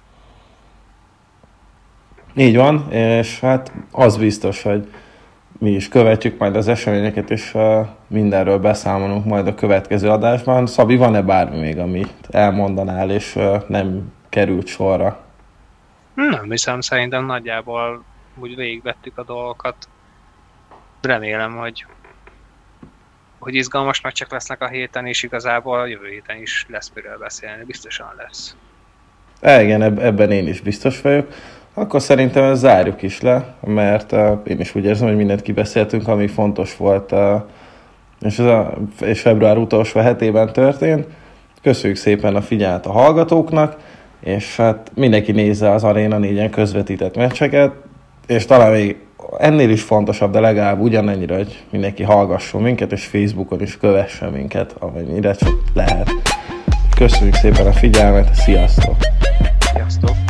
Így van, és hát az biztos, hogy mi is követjük majd az eseményeket, és mindenről beszámolunk majd a következő adásban. Szabi, van-e bármi még, amit elmondanál, és nem került sorra? Nem hiszem, szerintem nagyjából úgy végigvettük a dolgokat. Remélem, hogy izgalmas meccsek lesznek a héten, és igazából a jövő héten is lesz miről beszélni, biztosan lesz. Igen, ebben én is biztos vagyok. Akkor szerintem ezt zárjuk is le, mert én is úgy érzem, hogy mindent kibeszéltünk, ami fontos volt, és február utolsó hetében történt. Köszönjük szépen a figyelmet a hallgatóknak, és hát mindenki nézze az Arena 4-en közvetített meccseket, és talán még ennél is fontosabb, de legalább ugyanennyire, hogy mindenki hallgasson minket, és Facebookon is kövessen minket, amennyire csak lehet. Köszönjük szépen a figyelmet, sziasztok! Sziasztok!